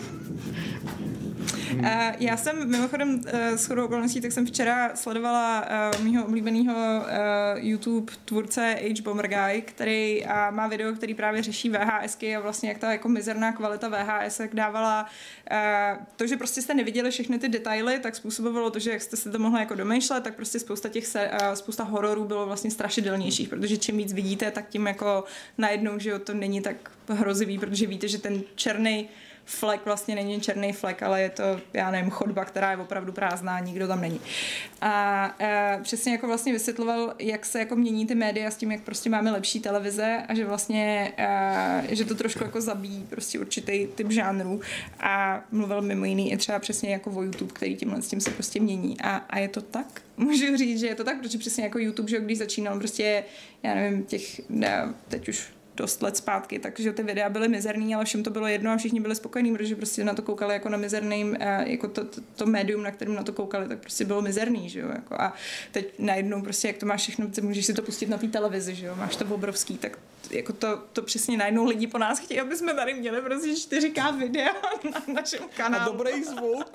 Já jsem mimochodem shodou okolností, tak jsem včera sledovala mýho oblíbeného YouTube tvůrce H. Bomber Guy, který má video, který právě řeší VHSky a vlastně jak ta jako mizerná kvalita VHS dávala to, že prostě jste neviděli všechny ty detaily, tak způsobovalo to, že jak jste se to mohli jako domýšlet, tak prostě spousta hororů bylo vlastně strašidelnějších, protože čím víc vidíte, tak tím jako najednou, že to není tak hrozivý, protože víte, že ten černý flek vlastně není černý flek, ale je to, já nevím, chodba, která je opravdu prázdná, nikdo tam není. A přesně jako vlastně vysvětloval, jak se jako mění ty média s tím, jak prostě máme lepší televize a že vlastně, že to trošku jako zabíjí prostě určitý typ žánrů a mluvil mimo jiný i třeba přesně jako o YouTube, který tímhle s tím se prostě mění a je to tak? Můžu říct, že je to tak, protože přesně jako YouTube, že když začínal prostě, já nevím, teď už dost let zpátky, takže ty videa byly mizerný, ale všem to bylo jedno a všichni byli spokojení, protože prostě na to koukali jako na mizerným, jako to médium, na kterém na to koukali, tak prostě bylo mizerný, že jo, jako a teď najednou prostě, jak to máš všechno, můžeš si to pustit na té televizi, že jo, máš to obrovský, tak jako to přesně najednou lidi po nás chtějí, aby jsme tady měli prostě 4K videa na našem kanálu. A dobrý zvuk.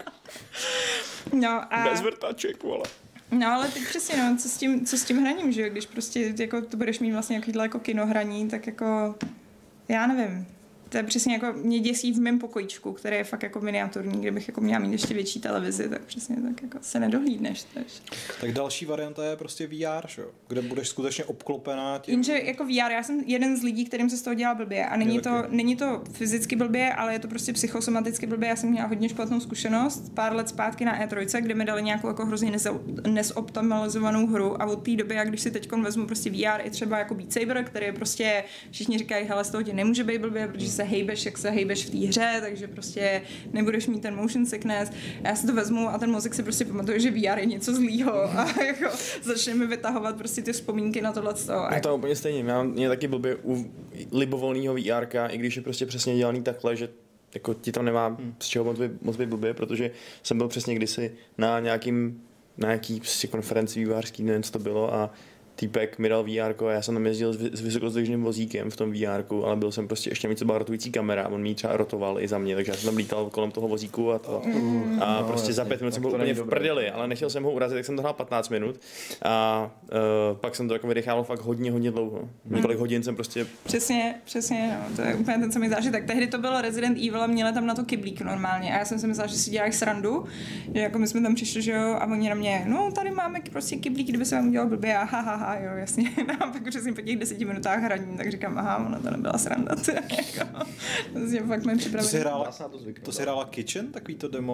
No a... Bez vrtaček, vole. No ale teď přesně, no, co s tím hraním, že jo, když prostě jako to budeš mít vlastně jakýhle jako kinohraní, tak jako, já nevím. To je přesně jako mě děsí v mém pokojíčku, který je fakt jako miniaturní, kdybych jako měla mít ještě větší televizi, tak přesně tak jako se nedohlídneš. Tak další varianta je prostě VR, že jo? Kde budeš skutečně obklopená tím. Jenže jako VR, já jsem jeden z lidí, kterým se z toho dělá blbě a není to fyzicky blbě, ale je to prostě psychosomaticky blbě. Já jsem měla hodně špatnou zkušenost pár let zpátky na E3, kde mi dali nějakou jako hrozně nesoptimalizovanou hru a od té doby, jak když si teď vezmu prostě VR i třeba jako Beat Saber, který je prostě všichni říkají, hele, z toho ti nemůže být blbě, protože se hejbeš, jak se hejbeš v té hře, takže prostě nebudeš mít ten motion sickness. Já si to vezmu a ten mozek si prostě pamatuje, že VR je něco zlýho a jako začne mi vytahovat prostě ty vzpomínky na tohleto. Je to úplně stejně. Mě taky blbě u libovolného VRka, i když je prostě přesně dělaný takhle, že jako ti tam nemá z čeho moc být blbě, protože jsem byl přesně kdysi na nějaký prostě konferenci VRský, nevím, co to bylo a týpek mi dal VR, já jsem tam jezdil s vysokozdvižným vozíkem v tom VR, ale byl jsem prostě ještě mít třeba rotující kamera, on mi třeba rotoval i za mě, takže já jsem tam lítal kolem toho vozíku a prostě za 5 minut jsem byl úplně v prdeli, ale nechtěl jsem ho urazit, tak jsem to hrál 15 minut a pak jsem to jako vydechával fakt hodně dlouho. Několik hodin jsem prostě... Přesně, no, to je úplně ten samý zážitek. Tehdy to bylo Resident Evil a měli tam na to kyblík normálně a já jsem si myslela, že si dělají srandu, že jako my jsme tam přišli, že jo, a oni na mě, no tady máme prostě kyblík, kdyby se vám udělal blbě, haha, jo, jasně. No, a pak přesně po těch 10 minutách hraní, tak říkám, aha, ona to nebyla sranda. Jako, fakt mám připravený. To si hrála Kitchen, takový to demo,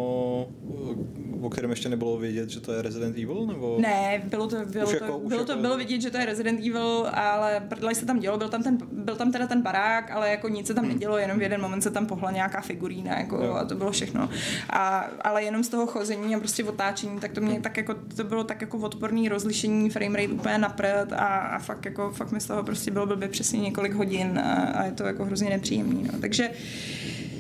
o kterém ještě nebylo vědět, že to je Resident Evil, nebo? Ne, bylo vidět, že to je Resident Evil, ale prdlaj se tam dělo, byl tam teda ten barák, ale jako nic se tam nedělo, jenom v jeden moment se tam pohla nějaká figurína, jako, a to bylo všechno. Ale jenom z toho chození a prostě otáčení, tak to mě tak jako, to bylo tak jako odporný rozlišení, framerate úplně napřed a fakt mi z toho prostě bylo blbě přesně několik hodin a je to jako hrozně nepříjemný, no. Takže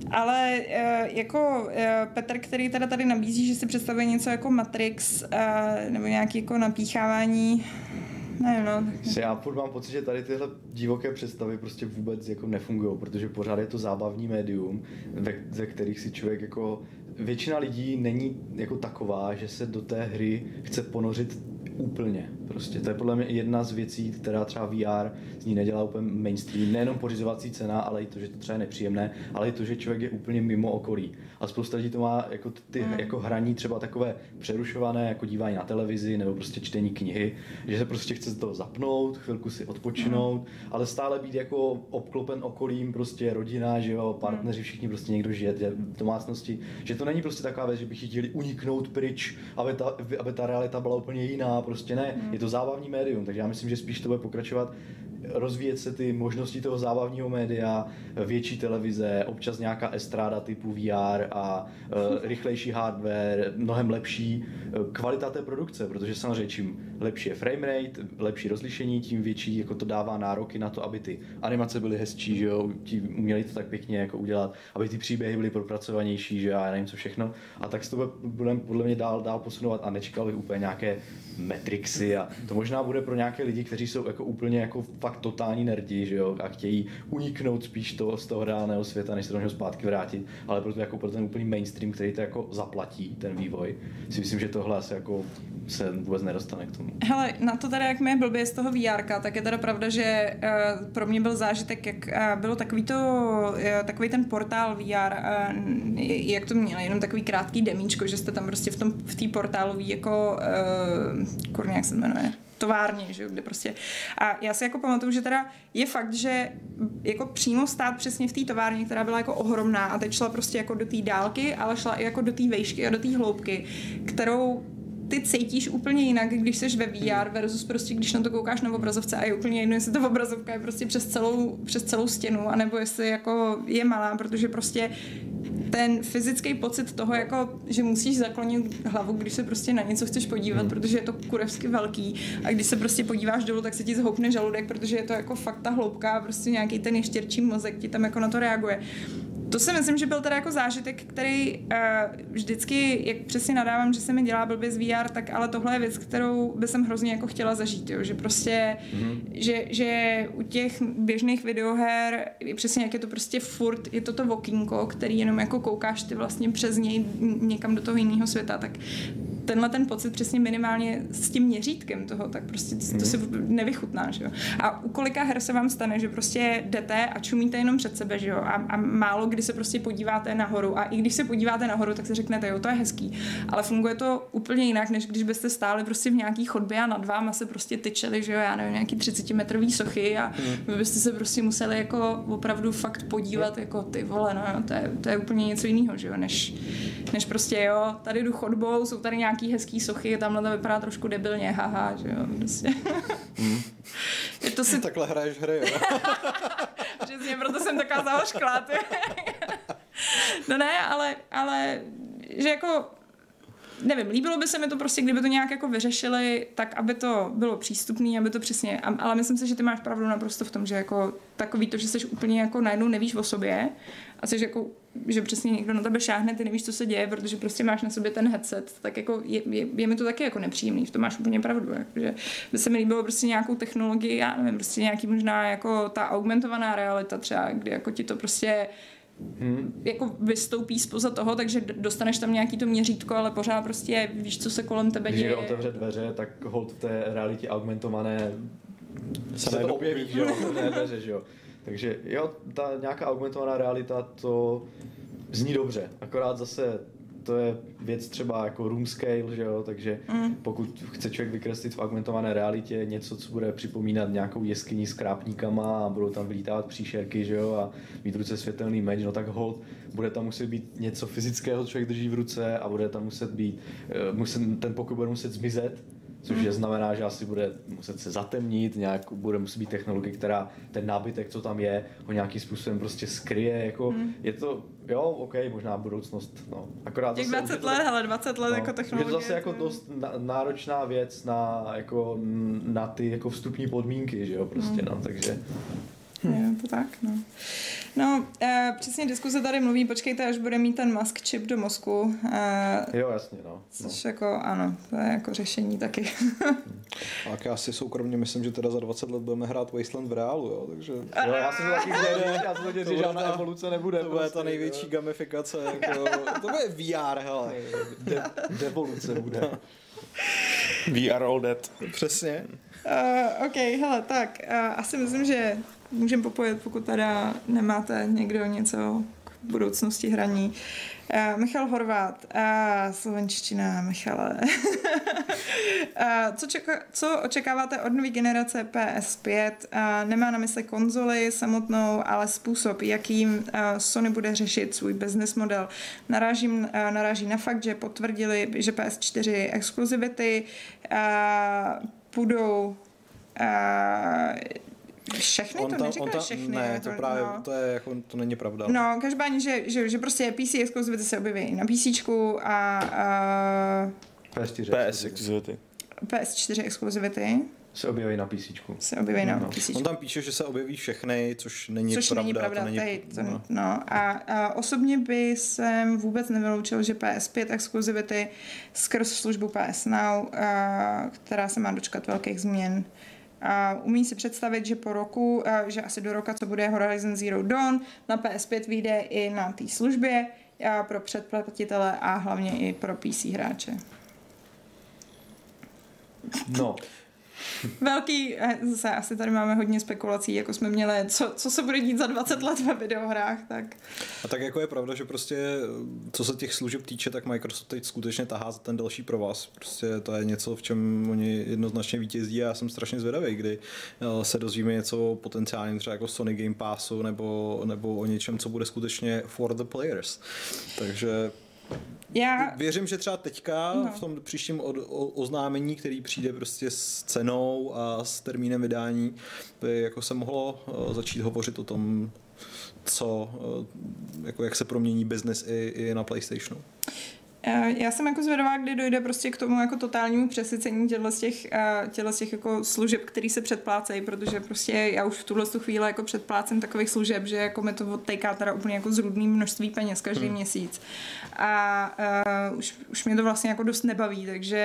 Ale jako Petr, který teda tady nabízí, že si představuje něco jako Matrix nebo nějaké jako napíchávání, nevím, no. Já furt mám pocit, že tady tyhle divoké představy prostě vůbec jako nefungují, protože pořád je to zábavní médium, ve kterých si člověk jako většina lidí není jako taková, že se do té hry chce ponořit úplně. Prostě to je podle mě jedna z věcí, která třeba VR z ní nedělá úplně mainstream. Nejenom pořizovací cena, ale i to, že to třeba je nepříjemné, ale i to, že člověk je úplně mimo okolí. A spousta lidí to má jako ty jako hraní třeba takové přerušované, jako dívání na televizi nebo prostě čtení knihy, že se prostě chce z toho zapnout, chvilku si odpočinout, ale stále být jako obklopen okolím, prostě rodina, že jo, partneři, všichni prostě někdo žije v domácnosti, že to není prostě taková věc, že by chtěli uniknout pryč, aby ta realita byla úplně jiná, prostě ne, je to zábavní médium, takže já myslím, že spíš to bude pokračovat, rozvíjet se ty možnosti toho zábavního média, větší televize, občas nějaká estráda typu VR a rychlejší hardware, mnohem lepší kvalita té produkce, protože samozřejmě čím lepší je framerate, lepší rozlišení, tím větší jako to dává nároky na to, aby ty animace byly hezčí, že jo, uměli to tak pěkně jako udělat, aby ty příběhy byly propracovanější, že já nevím co všechno. A tak se to budeme podle mě dál posunovat a nečekal bych úplně nějaké Matrixy a to možná bude pro nějaké lidi, kteří jsou jako úplně jako fakt totální nerdi, že jo, a chtějí uniknout spíš z toho reálného světa, než se do něho zpátky vrátit, ale pro ten úplný mainstream, který to jako zaplatí, ten vývoj, si myslím, že tohle asi jako se vůbec nedostane k tomu. Hele, na to teda, jak mi je blbě z toho VRka, tak je teda pravda, že pro mě byl zážitek, jak bylo takový ten portál VR, jak to mělo, jenom takový krátký demíčko, že jste tam prostě v té portálový jako, kurně, jak se jmenuje, továrně, že jo, kde prostě. A já si jako pamatuju, že teda je fakt, že jako přímo stát přesně v té továrně, která byla jako ohromná a teď šla prostě jako do té dálky, ale šla i jako do té vejšky a do té hloubky, kterou ty cítíš úplně jinak, když jsi ve VR versus prostě, když na to koukáš na obrazovce a je úplně jedno, jestli ta obrazovka je prostě přes celou stěnu, anebo jestli jako je malá, protože prostě ten fyzický pocit toho, jako, že musíš zaklonit hlavu, když se prostě na něco chceš podívat, protože je to kurevsky velký a když se prostě podíváš dolů, tak se ti zhoupne žaludek, protože je to jako fakt ta hloubka, prostě nějaký ten ještěrčí mozek ti tam jako na to reaguje. To si myslím, že byl teda jako zážitek, který vždycky, jak přesně nadávám, že se mi dělá blbě z VR, tak ale tohle je věc, kterou by jsem hrozně jako chtěla zažít, jo? Že prostě, že u těch běžných videoher, přesně jak je to prostě furt, je to okýnko, který jenom jako koukáš ty vlastně přes něj někam do toho jiného světa, tak tenhle ten pocit přesně minimálně s tím měřítkem toho, tak prostě to si nevychutnáš, jo. A u kolika her se vám stane, že prostě jdete a čumíte jenom před sebe, že jo, a málo kdy se prostě podíváte nahoru a i když se podíváte nahoru, tak si řeknete, jo, to je hezký, ale funguje to úplně jinak, než když byste stáli prostě v nějaký chodbě a nad váma se prostě tyčeli, že jo, já nevím, nějaký 30metrový sochy a vy byste se prostě museli jako opravdu fakt podívat, jako ty vole, no jo, to je úplně něco jiného, že jo, než prostě jo, tady jdu chodbou, jsou tady nějaký hezký sochy, tamhle to vypadá trošku debilně, haha, že jo, prostě. Je to si... Takhle hraješ hry, jo. Přesně, proto jsem taková zahořklá, ty. No ne, ale že jako nevím, líbilo by se mi to prostě, kdyby to nějak jako vyřešili, tak aby to bylo přístupné, aby to přesně, ale myslím si, že ty máš pravdu naprosto v tom, že jako takový to, že jsi úplně jako najednou nevíš o sobě a jsi jako, že přesně někdo na tebe šáhne, ty nevíš, co se děje, protože prostě máš na sobě ten headset, tak jako je mi to taky jako nepříjemný, v tom máš úplně pravdu, že by se mi líbilo prostě nějakou technologii, já nevím, prostě nějaký možná jako ta augmentovaná realita třeba, kdy jako ti to prostě jako vystoupí spoza toho, takže dostaneš tam nějaký to měřítko, ale pořád prostě víš, co se kolem tebe děje. Když otevře dveře, tak hold v té realitě augmentované se to objeví, že jo, ne dveře, že jo. Takže jo, ta nějaká augmentovaná realita, to zní dobře, akorát zase to je věc třeba jako room scale, že jo, takže pokud chce člověk vykreslit v augmentované realitě něco, co bude připomínat nějakou jeskyni s krápníkama a budou tam vylítávat příšerky, že jo, a mít v ruce světelný meč, no tak hold, bude tam muset být něco fyzického, co člověk drží v ruce a bude tam muset být, ten pokoj bude muset zmizet, což znamená, že asi bude muset se zatemnit, bude muset být technologie, která ten nábytek, co tam je, ho nějakým způsobem prostě skryje, jako je to, jo, OK, možná budoucnost, no. Akorát těch zase, 20 let, hele, 20 let no, jako technologie. Je to zase jako dost náročná věc na ty jako vstupní podmínky, že jo, prostě, no, takže... Je to tak, no. No, přesně diskuze tady mluví, počkejte, až bude mít ten Musk čip do mozku. Jo, jasně, no. Což jako, ano, to je jako řešení taky. Tak já si soukromně myslím, že teda za 20 let budeme hrát Wasteland v reálu, jo, takže... Jo, já jsem to taky chtěl, že žádná evoluce nebude. To bude ta největší gamifikace, jako, to bude VR, hele. Devoluce bude. We are all dead. Přesně. OK, hele, tak, asi myslím, že můžeme popojet, pokud teda nemáte někdo něco k budoucnosti hraní. Michal Horvát, slovenština, Michale. Co očekáváte od nové generace PS5? Nemá na mysli konzoli samotnou, ale způsob, jakým Sony bude řešit svůj business model. Naráží na fakt, že potvrdili, že PS4 exkluzivity budou všechny, to neříká všechny. Ne, jako, to právě, no. to je jako, to není pravda. No, každopádně, že prostě PC exkluzivity se objeví i na PCčku a PS exkluzivity. PS4 exkluzivity se objeví na PCčku. na PCčku. On tam píše, že se objeví všechny, což není pravda. A osobně by jsem vůbec nevyloučil, že PS5 exkluzivity skrz službu PS Now, která se má dočkat velkých změn. Umí si představit, že po roku, že asi do roka, co bude Horizon Zero Dawn, na PS5 vyjde i na té službě pro předplatitele a hlavně i pro PC hráče. No. Velký, zase asi tady máme hodně spekulací, jako jsme měli, co se bude dít za 20 let ve videohrách, tak. A tak jako je pravda, že prostě, co se těch služeb týče, tak Microsoft teď skutečně tahá za ten další provaz. Prostě to je něco, v čem oni jednoznačně vítězí a já jsem strašně zvědavý, kdy se dozvíme něco potenciálně třeba jako Sony Game Passu nebo o něčem, co bude skutečně for the players. Takže já věřím, že třeba teďka v tom příštím oznámení, který přijde prostě s cenou a s termínem vydání, by jako se mohlo začít hovořit o tom, jako jak se promění business i na PlayStationu. Já jsem jako zvědavá, kdy dojde prostě k tomu jako totálnímu přesycení těchto těch jako služeb, který se předplácejí, protože prostě já už v tuhle chvíli jako předplácím takových služeb, že jako mi to odtejká teda úplně jako zrůdný množství peněz každý měsíc. A už mě to vlastně jako dost nebaví,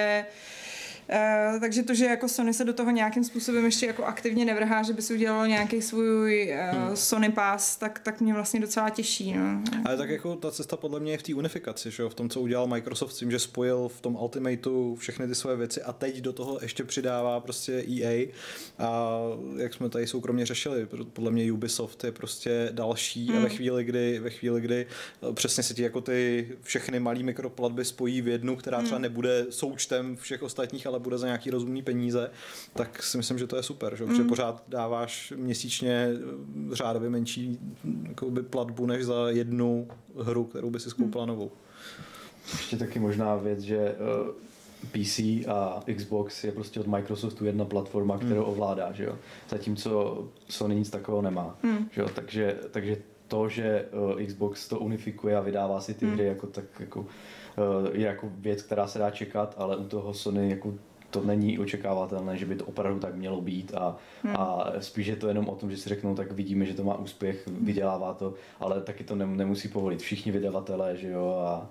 takže to, že jako Sony se do toho nějakým způsobem ještě jako aktivně nevrhá, že by si udělalo nějaký svůj Sony Pass, tak mě vlastně docela těší. No. Ale tak jako ta cesta podle mě je v té unifikaci, že jo? V tom, co udělal Microsoft s tím, že spojil v tom Ultimateu všechny ty své věci a teď do toho ještě přidává prostě EA a jak jsme tady soukromně řešili, podle mě Ubisoft je prostě další a ve chvíli, kdy přesně se ti jako ty všechny malý mikroplatby spojí v jednu, která třeba nebude součtem všech ostatních, ale bude za nějaký rozumný peníze, tak si myslím, že to je super, že? Protože pořád dáváš měsíčně řádově menší jakoby platbu než za jednu hru, kterou by si skoupila novou. Ještě taky možná věc, že PC a Xbox je prostě od Microsoftu jedna platforma, kterou ovládá, že jo? Zatímco Sony nic takového nemá, že jo? Takže to, že Xbox to unifikuje a vydává si ty hry jako tak jako je jako věc, která se dá čekat, ale u toho Sony jako to není očekávatelné, že by to opravdu tak mělo být a spíš je to jenom o tom, že si řeknou, tak vidíme, že to má úspěch, vydělává to, ale taky to nemusí povolit všichni vydavatelé, že jo, a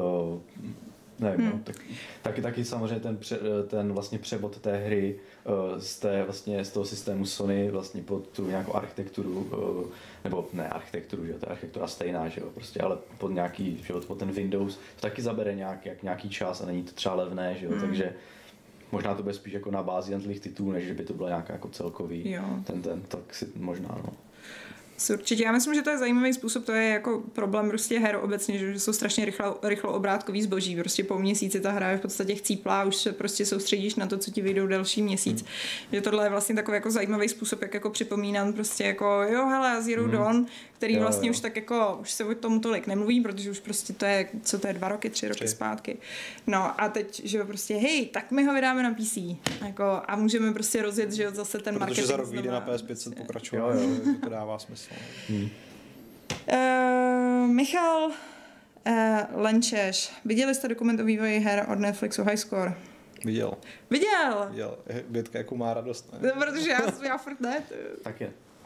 nevím, no, taky samozřejmě ten vlastně převod té hry z toho systému Sony vlastně pod tu nějakou architekturu, nebo ne architekturu, že jo, ta architektura stejná, že jo, prostě, ale pod nějaký, že jo, pod ten Windows, to taky zabere nějaký čas a není to třeba levné, že jo, takže možná to bude spíš jako na bázi jednotlivých titulů, než že by to bylo nějaká jako celkový, tak si možná, no. Určitě. Já myslím, že to je zajímavý způsob, to je jako problém prostě her obecně, že jsou strašně rychlo obrátkový zboží. Prostě po měsíci ta hra je v podstatě chcíplá, už se prostě soustředíš na to, co ti vyjdou další měsíc. Že tohle je vlastně takový jako zajímavý způsob, jak jako připomínám prostě jako jo, hele, Zero Dawn, který vlastně už tak jako, už se o tom tolik nemluví, protože už prostě to je, co to je 2 roky, 3 roky zpátky. No a teď, že jo, prostě hej, tak my ho vydáme na PC. Jako, a můžeme prostě rozjet, že jo, zase ten marketing. Protože za rok vyjde na PS5 pokračovat, to dává smysl. Michal Lenčeš, viděli jste dokument o vývoji her od Netflixu High Score? Viděl. Viděl. Bětka jako má radost, ne? Protože já furt ne. Tak je.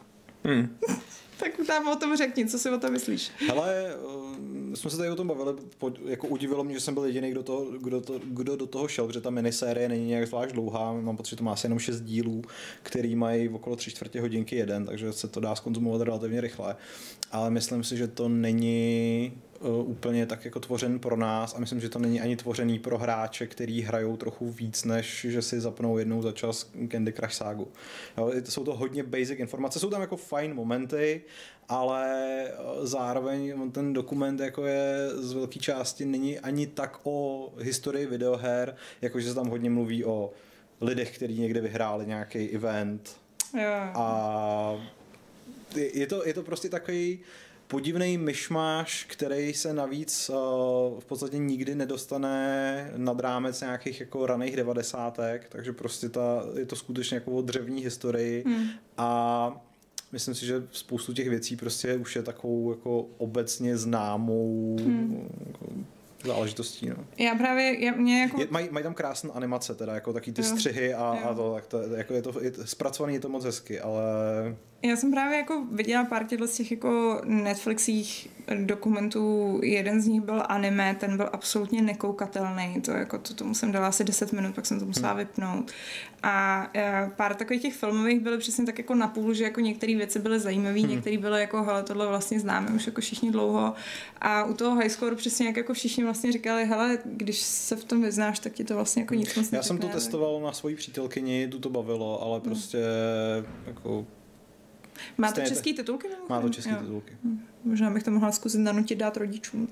Tak tam o tom řekni, co si o tom myslíš. Hele, jsme se tady o tom bavili, jako udivilo mě, že jsem byl jediný, kdo do toho šel, protože ta minisérie není nějak zvlášť dlouhá, mám pocit, že to má asi jenom 6 dílů, který mají okolo 3/4 hodinky jeden, takže se to dá zkonzumovat relativně rychle, ale myslím si, že to není úplně tak jako tvořen pro nás a myslím, že to není ani tvořený pro hráče, který hrajou trochu víc, než že si zapnou jednou za čas Candy Crush ságu. Jo, jsou to hodně basic informace, jsou tam jako fajn momenty, ale zároveň ten dokument jako je z velké části není ani tak o historii videoher, jakože se tam hodně mluví o lidech, kteří někde vyhráli nějaký event. A je to prostě takový podivný myšmáš, který se navíc v podstatě nikdy nedostane nad rámec nějakých jako raných 90. Takže prostě je to skutečně jako o dřevní historii a myslím si, že spoustu těch věcí prostě už je takovou jako obecně známou jako záležitostí. No. Já právě, mě jako... Mají tam krásné animace, teda jako taky ty střihy a to, tak to, jako je zpracovaný, je to moc hezky, ale... Já jsem právě jako viděla pár těchto z těch jako Netflixích dokumentů, jeden z nich byl anime, ten byl absolutně nekoukatelný, tomu jsem dala asi 10 minut, pak jsem to musela vypnout. A pár takových těch filmových byly přesně tak jako napůl, že jako některé věci byly zajímavé, některé byly jako, hele, tohle vlastně známe už jako všichni dlouho. A u toho High Score přesně jak jako všichni vlastně říkali, hele, když se v tom vyznáš, tak ti to vlastně jako nic moc neřekne. Já jsem to testoval na svojí přítelkyni, tu to bavilo, ale prostě jako... Má to český titulky? Má to český titulky. Možná bych to mohla zkusit nanutit dát rodičům.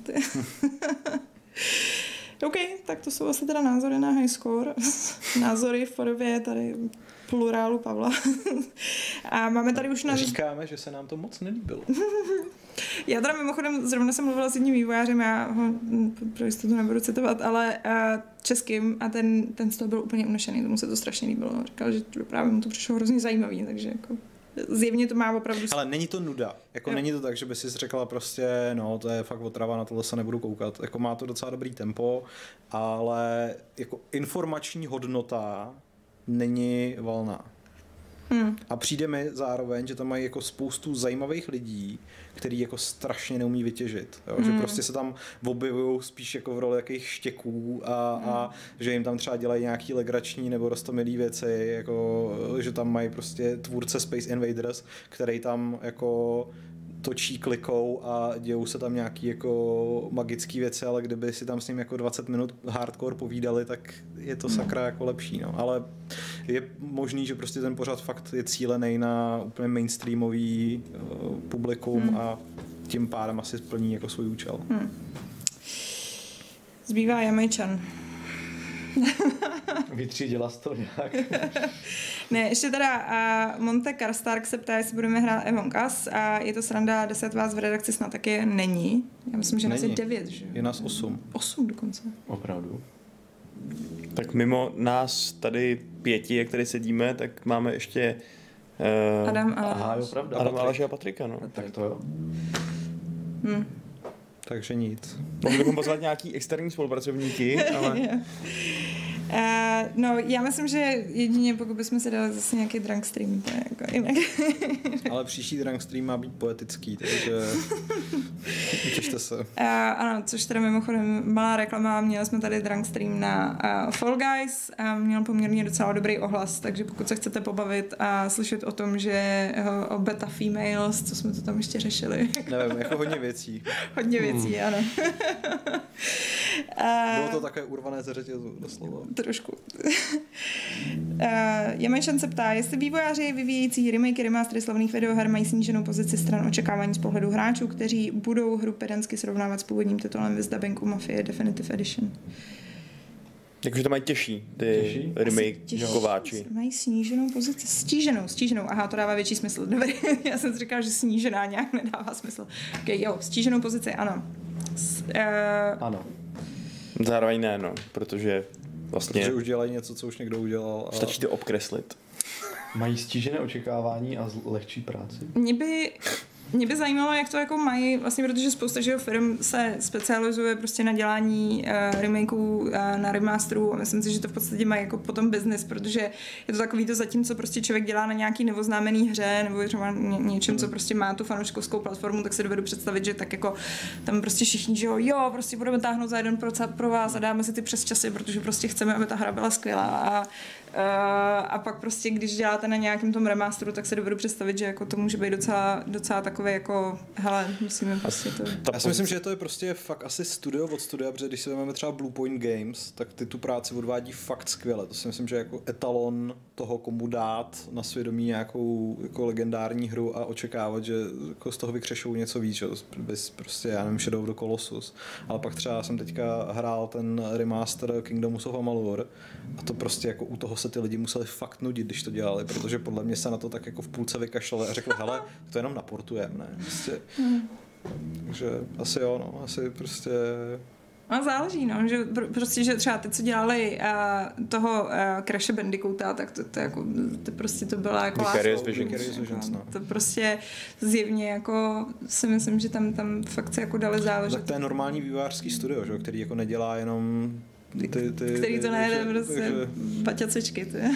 OK, tak to jsou asi teda názory na High Score. Názory v podobě tady plurálu Pavla. A máme tady už na... Říkáme, že se nám to moc nelíbilo. Já teda mimochodem zrovna jsem mluvila s jedním vývojářem, já ho pro jistotu nebudu citovat, ale českým a ten z toho byl úplně unešený, tomu se to strašně líbilo. Říkal, že právě mu to přišlo hrozně zajímavý, takže jako... Zjevně to má opravdu... Ale není to nuda. Jako není to tak, že by si řekla prostě, no to je fakt otrava, na tohle se nebudu koukat. Jako má to docela dobrý tempo, ale jako informační hodnota není valná. A přijde mi zároveň, že tam mají jako spoustu zajímavých lidí, který jako strašně neumí vytěžit. Jo? Že prostě se tam objevují spíš jako v roli jakých štěků a že jim tam třeba dělají nějaký legrační nebo roztomilý věci, jako, že tam mají prostě tvůrce Space Invaders, který tam jako točí klikou a dějou se tam nějaký jako magický věci, ale kdyby si tam s ním jako 20 minut hardcore povídali, tak je to sakra jako lepší, no. Ale je možný, že prostě ten pořad fakt je cílený na úplně mainstreamový publikum a tím pádem asi splní jako svůj účel. Zbývá Jamajčan. Vytřídila to nějak. Ne, ještě teda Monte Karstark se ptá, jestli budeme hrát Among Us a je to sranda, 10 vás v redakci snad taky není. Já myslím, že nás je 9, že? Je nás 8. 8 dokonce. Opravdu. Tak mimo nás tady 5, jak tady sedíme, tak máme ještě Adam, Aha, jo, pravda. Adam, Aleš a Patrika, no. Tak to jo. Takže nic. Mohli bychom pozvat nějaký externí spolupracovníky, ale... No, já myslím, že jedině pokud bychom si dali zase nějaký drunk stream, to je jako jinak. Ale příští drunk stream má být poetický, takže těšte se. Ano, což teda mimochodem malá reklama, měli jsme tady drunk stream na Fall Guys a měl poměrně docela dobrý ohlas, takže pokud se chcete pobavit a slyšet o tom, že o beta females, co jsme to tam ještě řešili. Nevím, jako hodně věcí. Hodně věcí, ano. Bylo to také urvané ze řetězu, doslova. Trošku. Jamajčan se ptá, jestli vývojáři vyvíjející remakey, remastery slavných videoher mají sníženou pozici stran očekávání z pohledu hráčů, kteří budou hru pedantsky srovnávat s původním titulem Viz dubbingu Mafie Definitive Edition. Jakože to mají těžší, ty remake-kováči. Mají sníženou pozici. Stíženou. Aha, to dává větší smysl. Dobrý. Já jsem si říkal, že snížená nějak nedává smysl. Okay, jo, stíženou pozici, ano. Ano. Zároveň ne, no, protože vlastně... Protože už dělají něco, co už někdo udělal. A... Stačí to obkreslit. Mají stížené očekávání a lehčí práci. Mě by Mě by zajímalo, jak to jako mají, vlastně protože spousta firm se specializuje prostě na dělání remakeů, na remasterů a myslím si, že to v podstatě mají jako potom business, protože je to takový to zatímco prostě člověk dělá na nějaký novoznámený hře nebo třeba něčem, co prostě má tu fanouškovskou platformu, tak si dovedu představit, že tak jako tam prostě všichni, že jo, prostě budeme táhnout za jeden pro vás a dáme si ty přesčasy, protože prostě chceme, aby ta hra byla skvělá a pak prostě, když děláte na nějakém tom remasteru, tak se dovedu představit, že jako to může být docela takové jako, hele, musíme prostě to... Já si myslím, že to je prostě fakt asi studio od studia, protože když si vezmeme třeba Bluepoint Games, tak ty tu práci odvádí fakt skvěle. To si myslím, že jako etalon toho, komu dát na svědomí nějakou jako legendární hru a očekávat, že jako z toho vykřešou něco víc, že bys prostě, já nevím, Shadow of the Colossus. Ale pak třeba jsem teďka hrál ten remaster Kingdoms of Amalur a to prostě jako u toho se ty lidi museli fakt nudit, když to dělali, protože podle mě se na to tak jako v půlce vykašlali a řekli, hele, to jenom naportujeme, ne? Prostě. Takže asi jo, no, asi prostě... A záleží, no, že prostě, že třeba ty, co dělali toho Crash Bandicoota, tak to jako, to prostě to byla jako Visions, no. To prostě zjevně jako si myslím, že tam fakt se jako dali záležet. Tak to je normální vývojářský studio, že? Který jako nedělá jenom který to nejde prostě paťacičky, ty.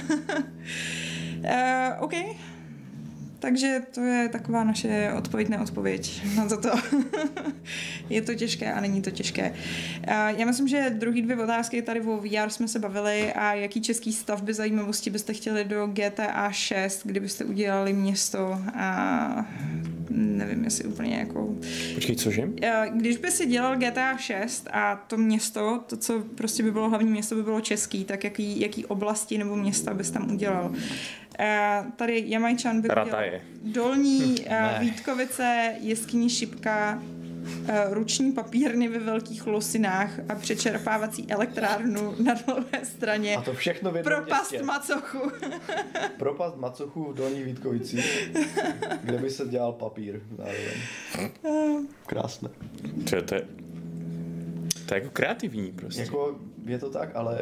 OK. Takže to je taková naše odpověď na toto. Je to těžké a není to těžké. Já myslím, že druhý 2 otázky tady o VR jsme se bavili a jaký český stavby zajímavosti byste chtěli do GTA 6, kdybyste udělali město a nevím, jestli úplně jako... Počkej, cože? Když by si dělal GTA 6 a to město, to, co prostě by bylo hlavní město, by bylo český, tak jaký oblasti nebo města bys tam udělal? Tady Jamajčan by udělal Dolní Vítkovice, Jeskyní Šipka, ruční papírny ve Velkých Losinách a přečerpávací elektrárnu na druhé straně. A to všechno v jednom Propast městě. Macochu. Propast Macochu v Dolních Vítkovicích, kde by se dělal papír zároveň. Krásné. To je jako kreativní prostě. Jako je to tak, ale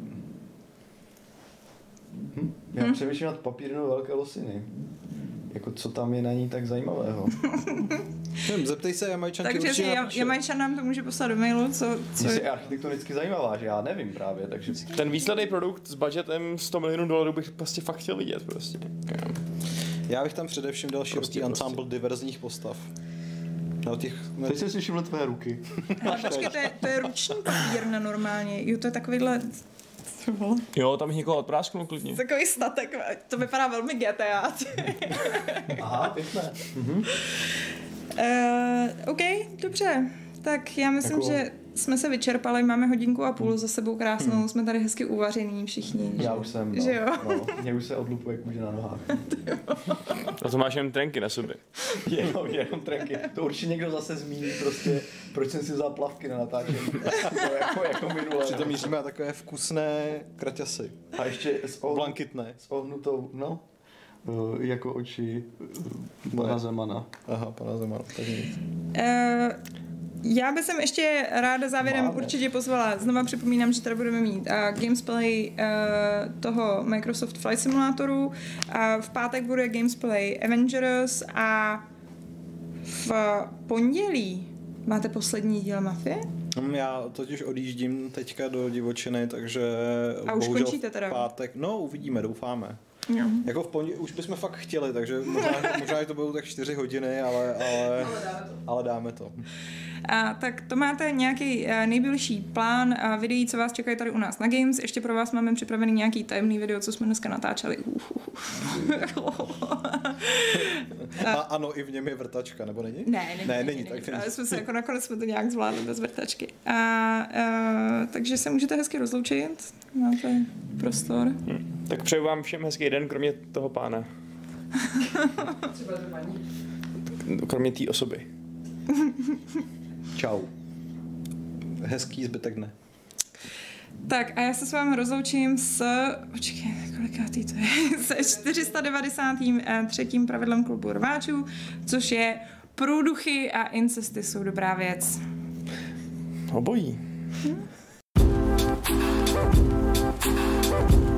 já přemýšlím nad papírnou Velké Losiny. Jako co tam je na ní tak zajímavého. Zeptej se Jamajčanky. Takže Jamajčan nám to může poslat do mailu, co je architektonicky zajímavá, že já nevím právě, takže... Ten výsledný produkt s budgetem $100 milionů bych prostě fakt chtěl vidět prostě. Já bych tam především dal široký ensemble diverzních postav. Teď jsem si všiml tvé ruky. Ale počkej, to je ruční papír na normálně. Jo, to je takovýhle... Jo, tam někoho odprásknu klidně. Takový statek, to vypadá velmi GTA. Aha, pěkné. OK, dobře. Tak já myslím, že jsme se vyčerpali, máme 1.5 hodiny za sebou krásnou, jsme tady hezky uvaření všichni. Já už jsem, no. Že jo? No, mě už se odlupuje kůže na nohách. A to máš jen trenky na sobě. Jenom trenky. To určitě někdo zase zmíní prostě, proč jsem si vzal plavky na natáčení. jako minule. Přitom míříme na takové vkusné kraťasy. A ještě blankitné. S ohnutou, no, jako oči pana Zemana. Aha, pana Zemana, tak nic. Já bych sem ještě ráda závěrem určitě pozvala. Znova připomínám, že tady budeme mít gamesplay toho Microsoft Flight Simulatoru. V pátek bude gamesplay Avengers a v pondělí máte poslední díl Mafie? Já totiž odjíždím teďka do divočiny, takže a už končíte teda? Pátek, no uvidíme, doufáme. No. Jako v pondělí už bychom fakt chtěli, takže možná to budou tak 4 hodiny, ale dáme to. Tak to máte nějaký nejbližší plán videí, co vás čekají tady u nás na Games. Ještě pro vás máme připravený nějaký tajemný video, co jsme dneska natáčeli. Ano, i v něm je vrtačka, nebo není? Ne, není. Tak jsme se jako nakonec jsme to nějak zvládli bez vrtačky. Takže se můžete hezky rozloučit. Máte prostor. Tak přeju vám všem hezký den, kromě toho pána. Třeba to paní. Kromě té osoby. Čau. Hezký zbytek dne. Tak a já se s vámi rozloučím počkej, kolikátý to je, se 493. pravidlem klubu rváčů, což je průduchy a incesty jsou dobrá věc. Obojí.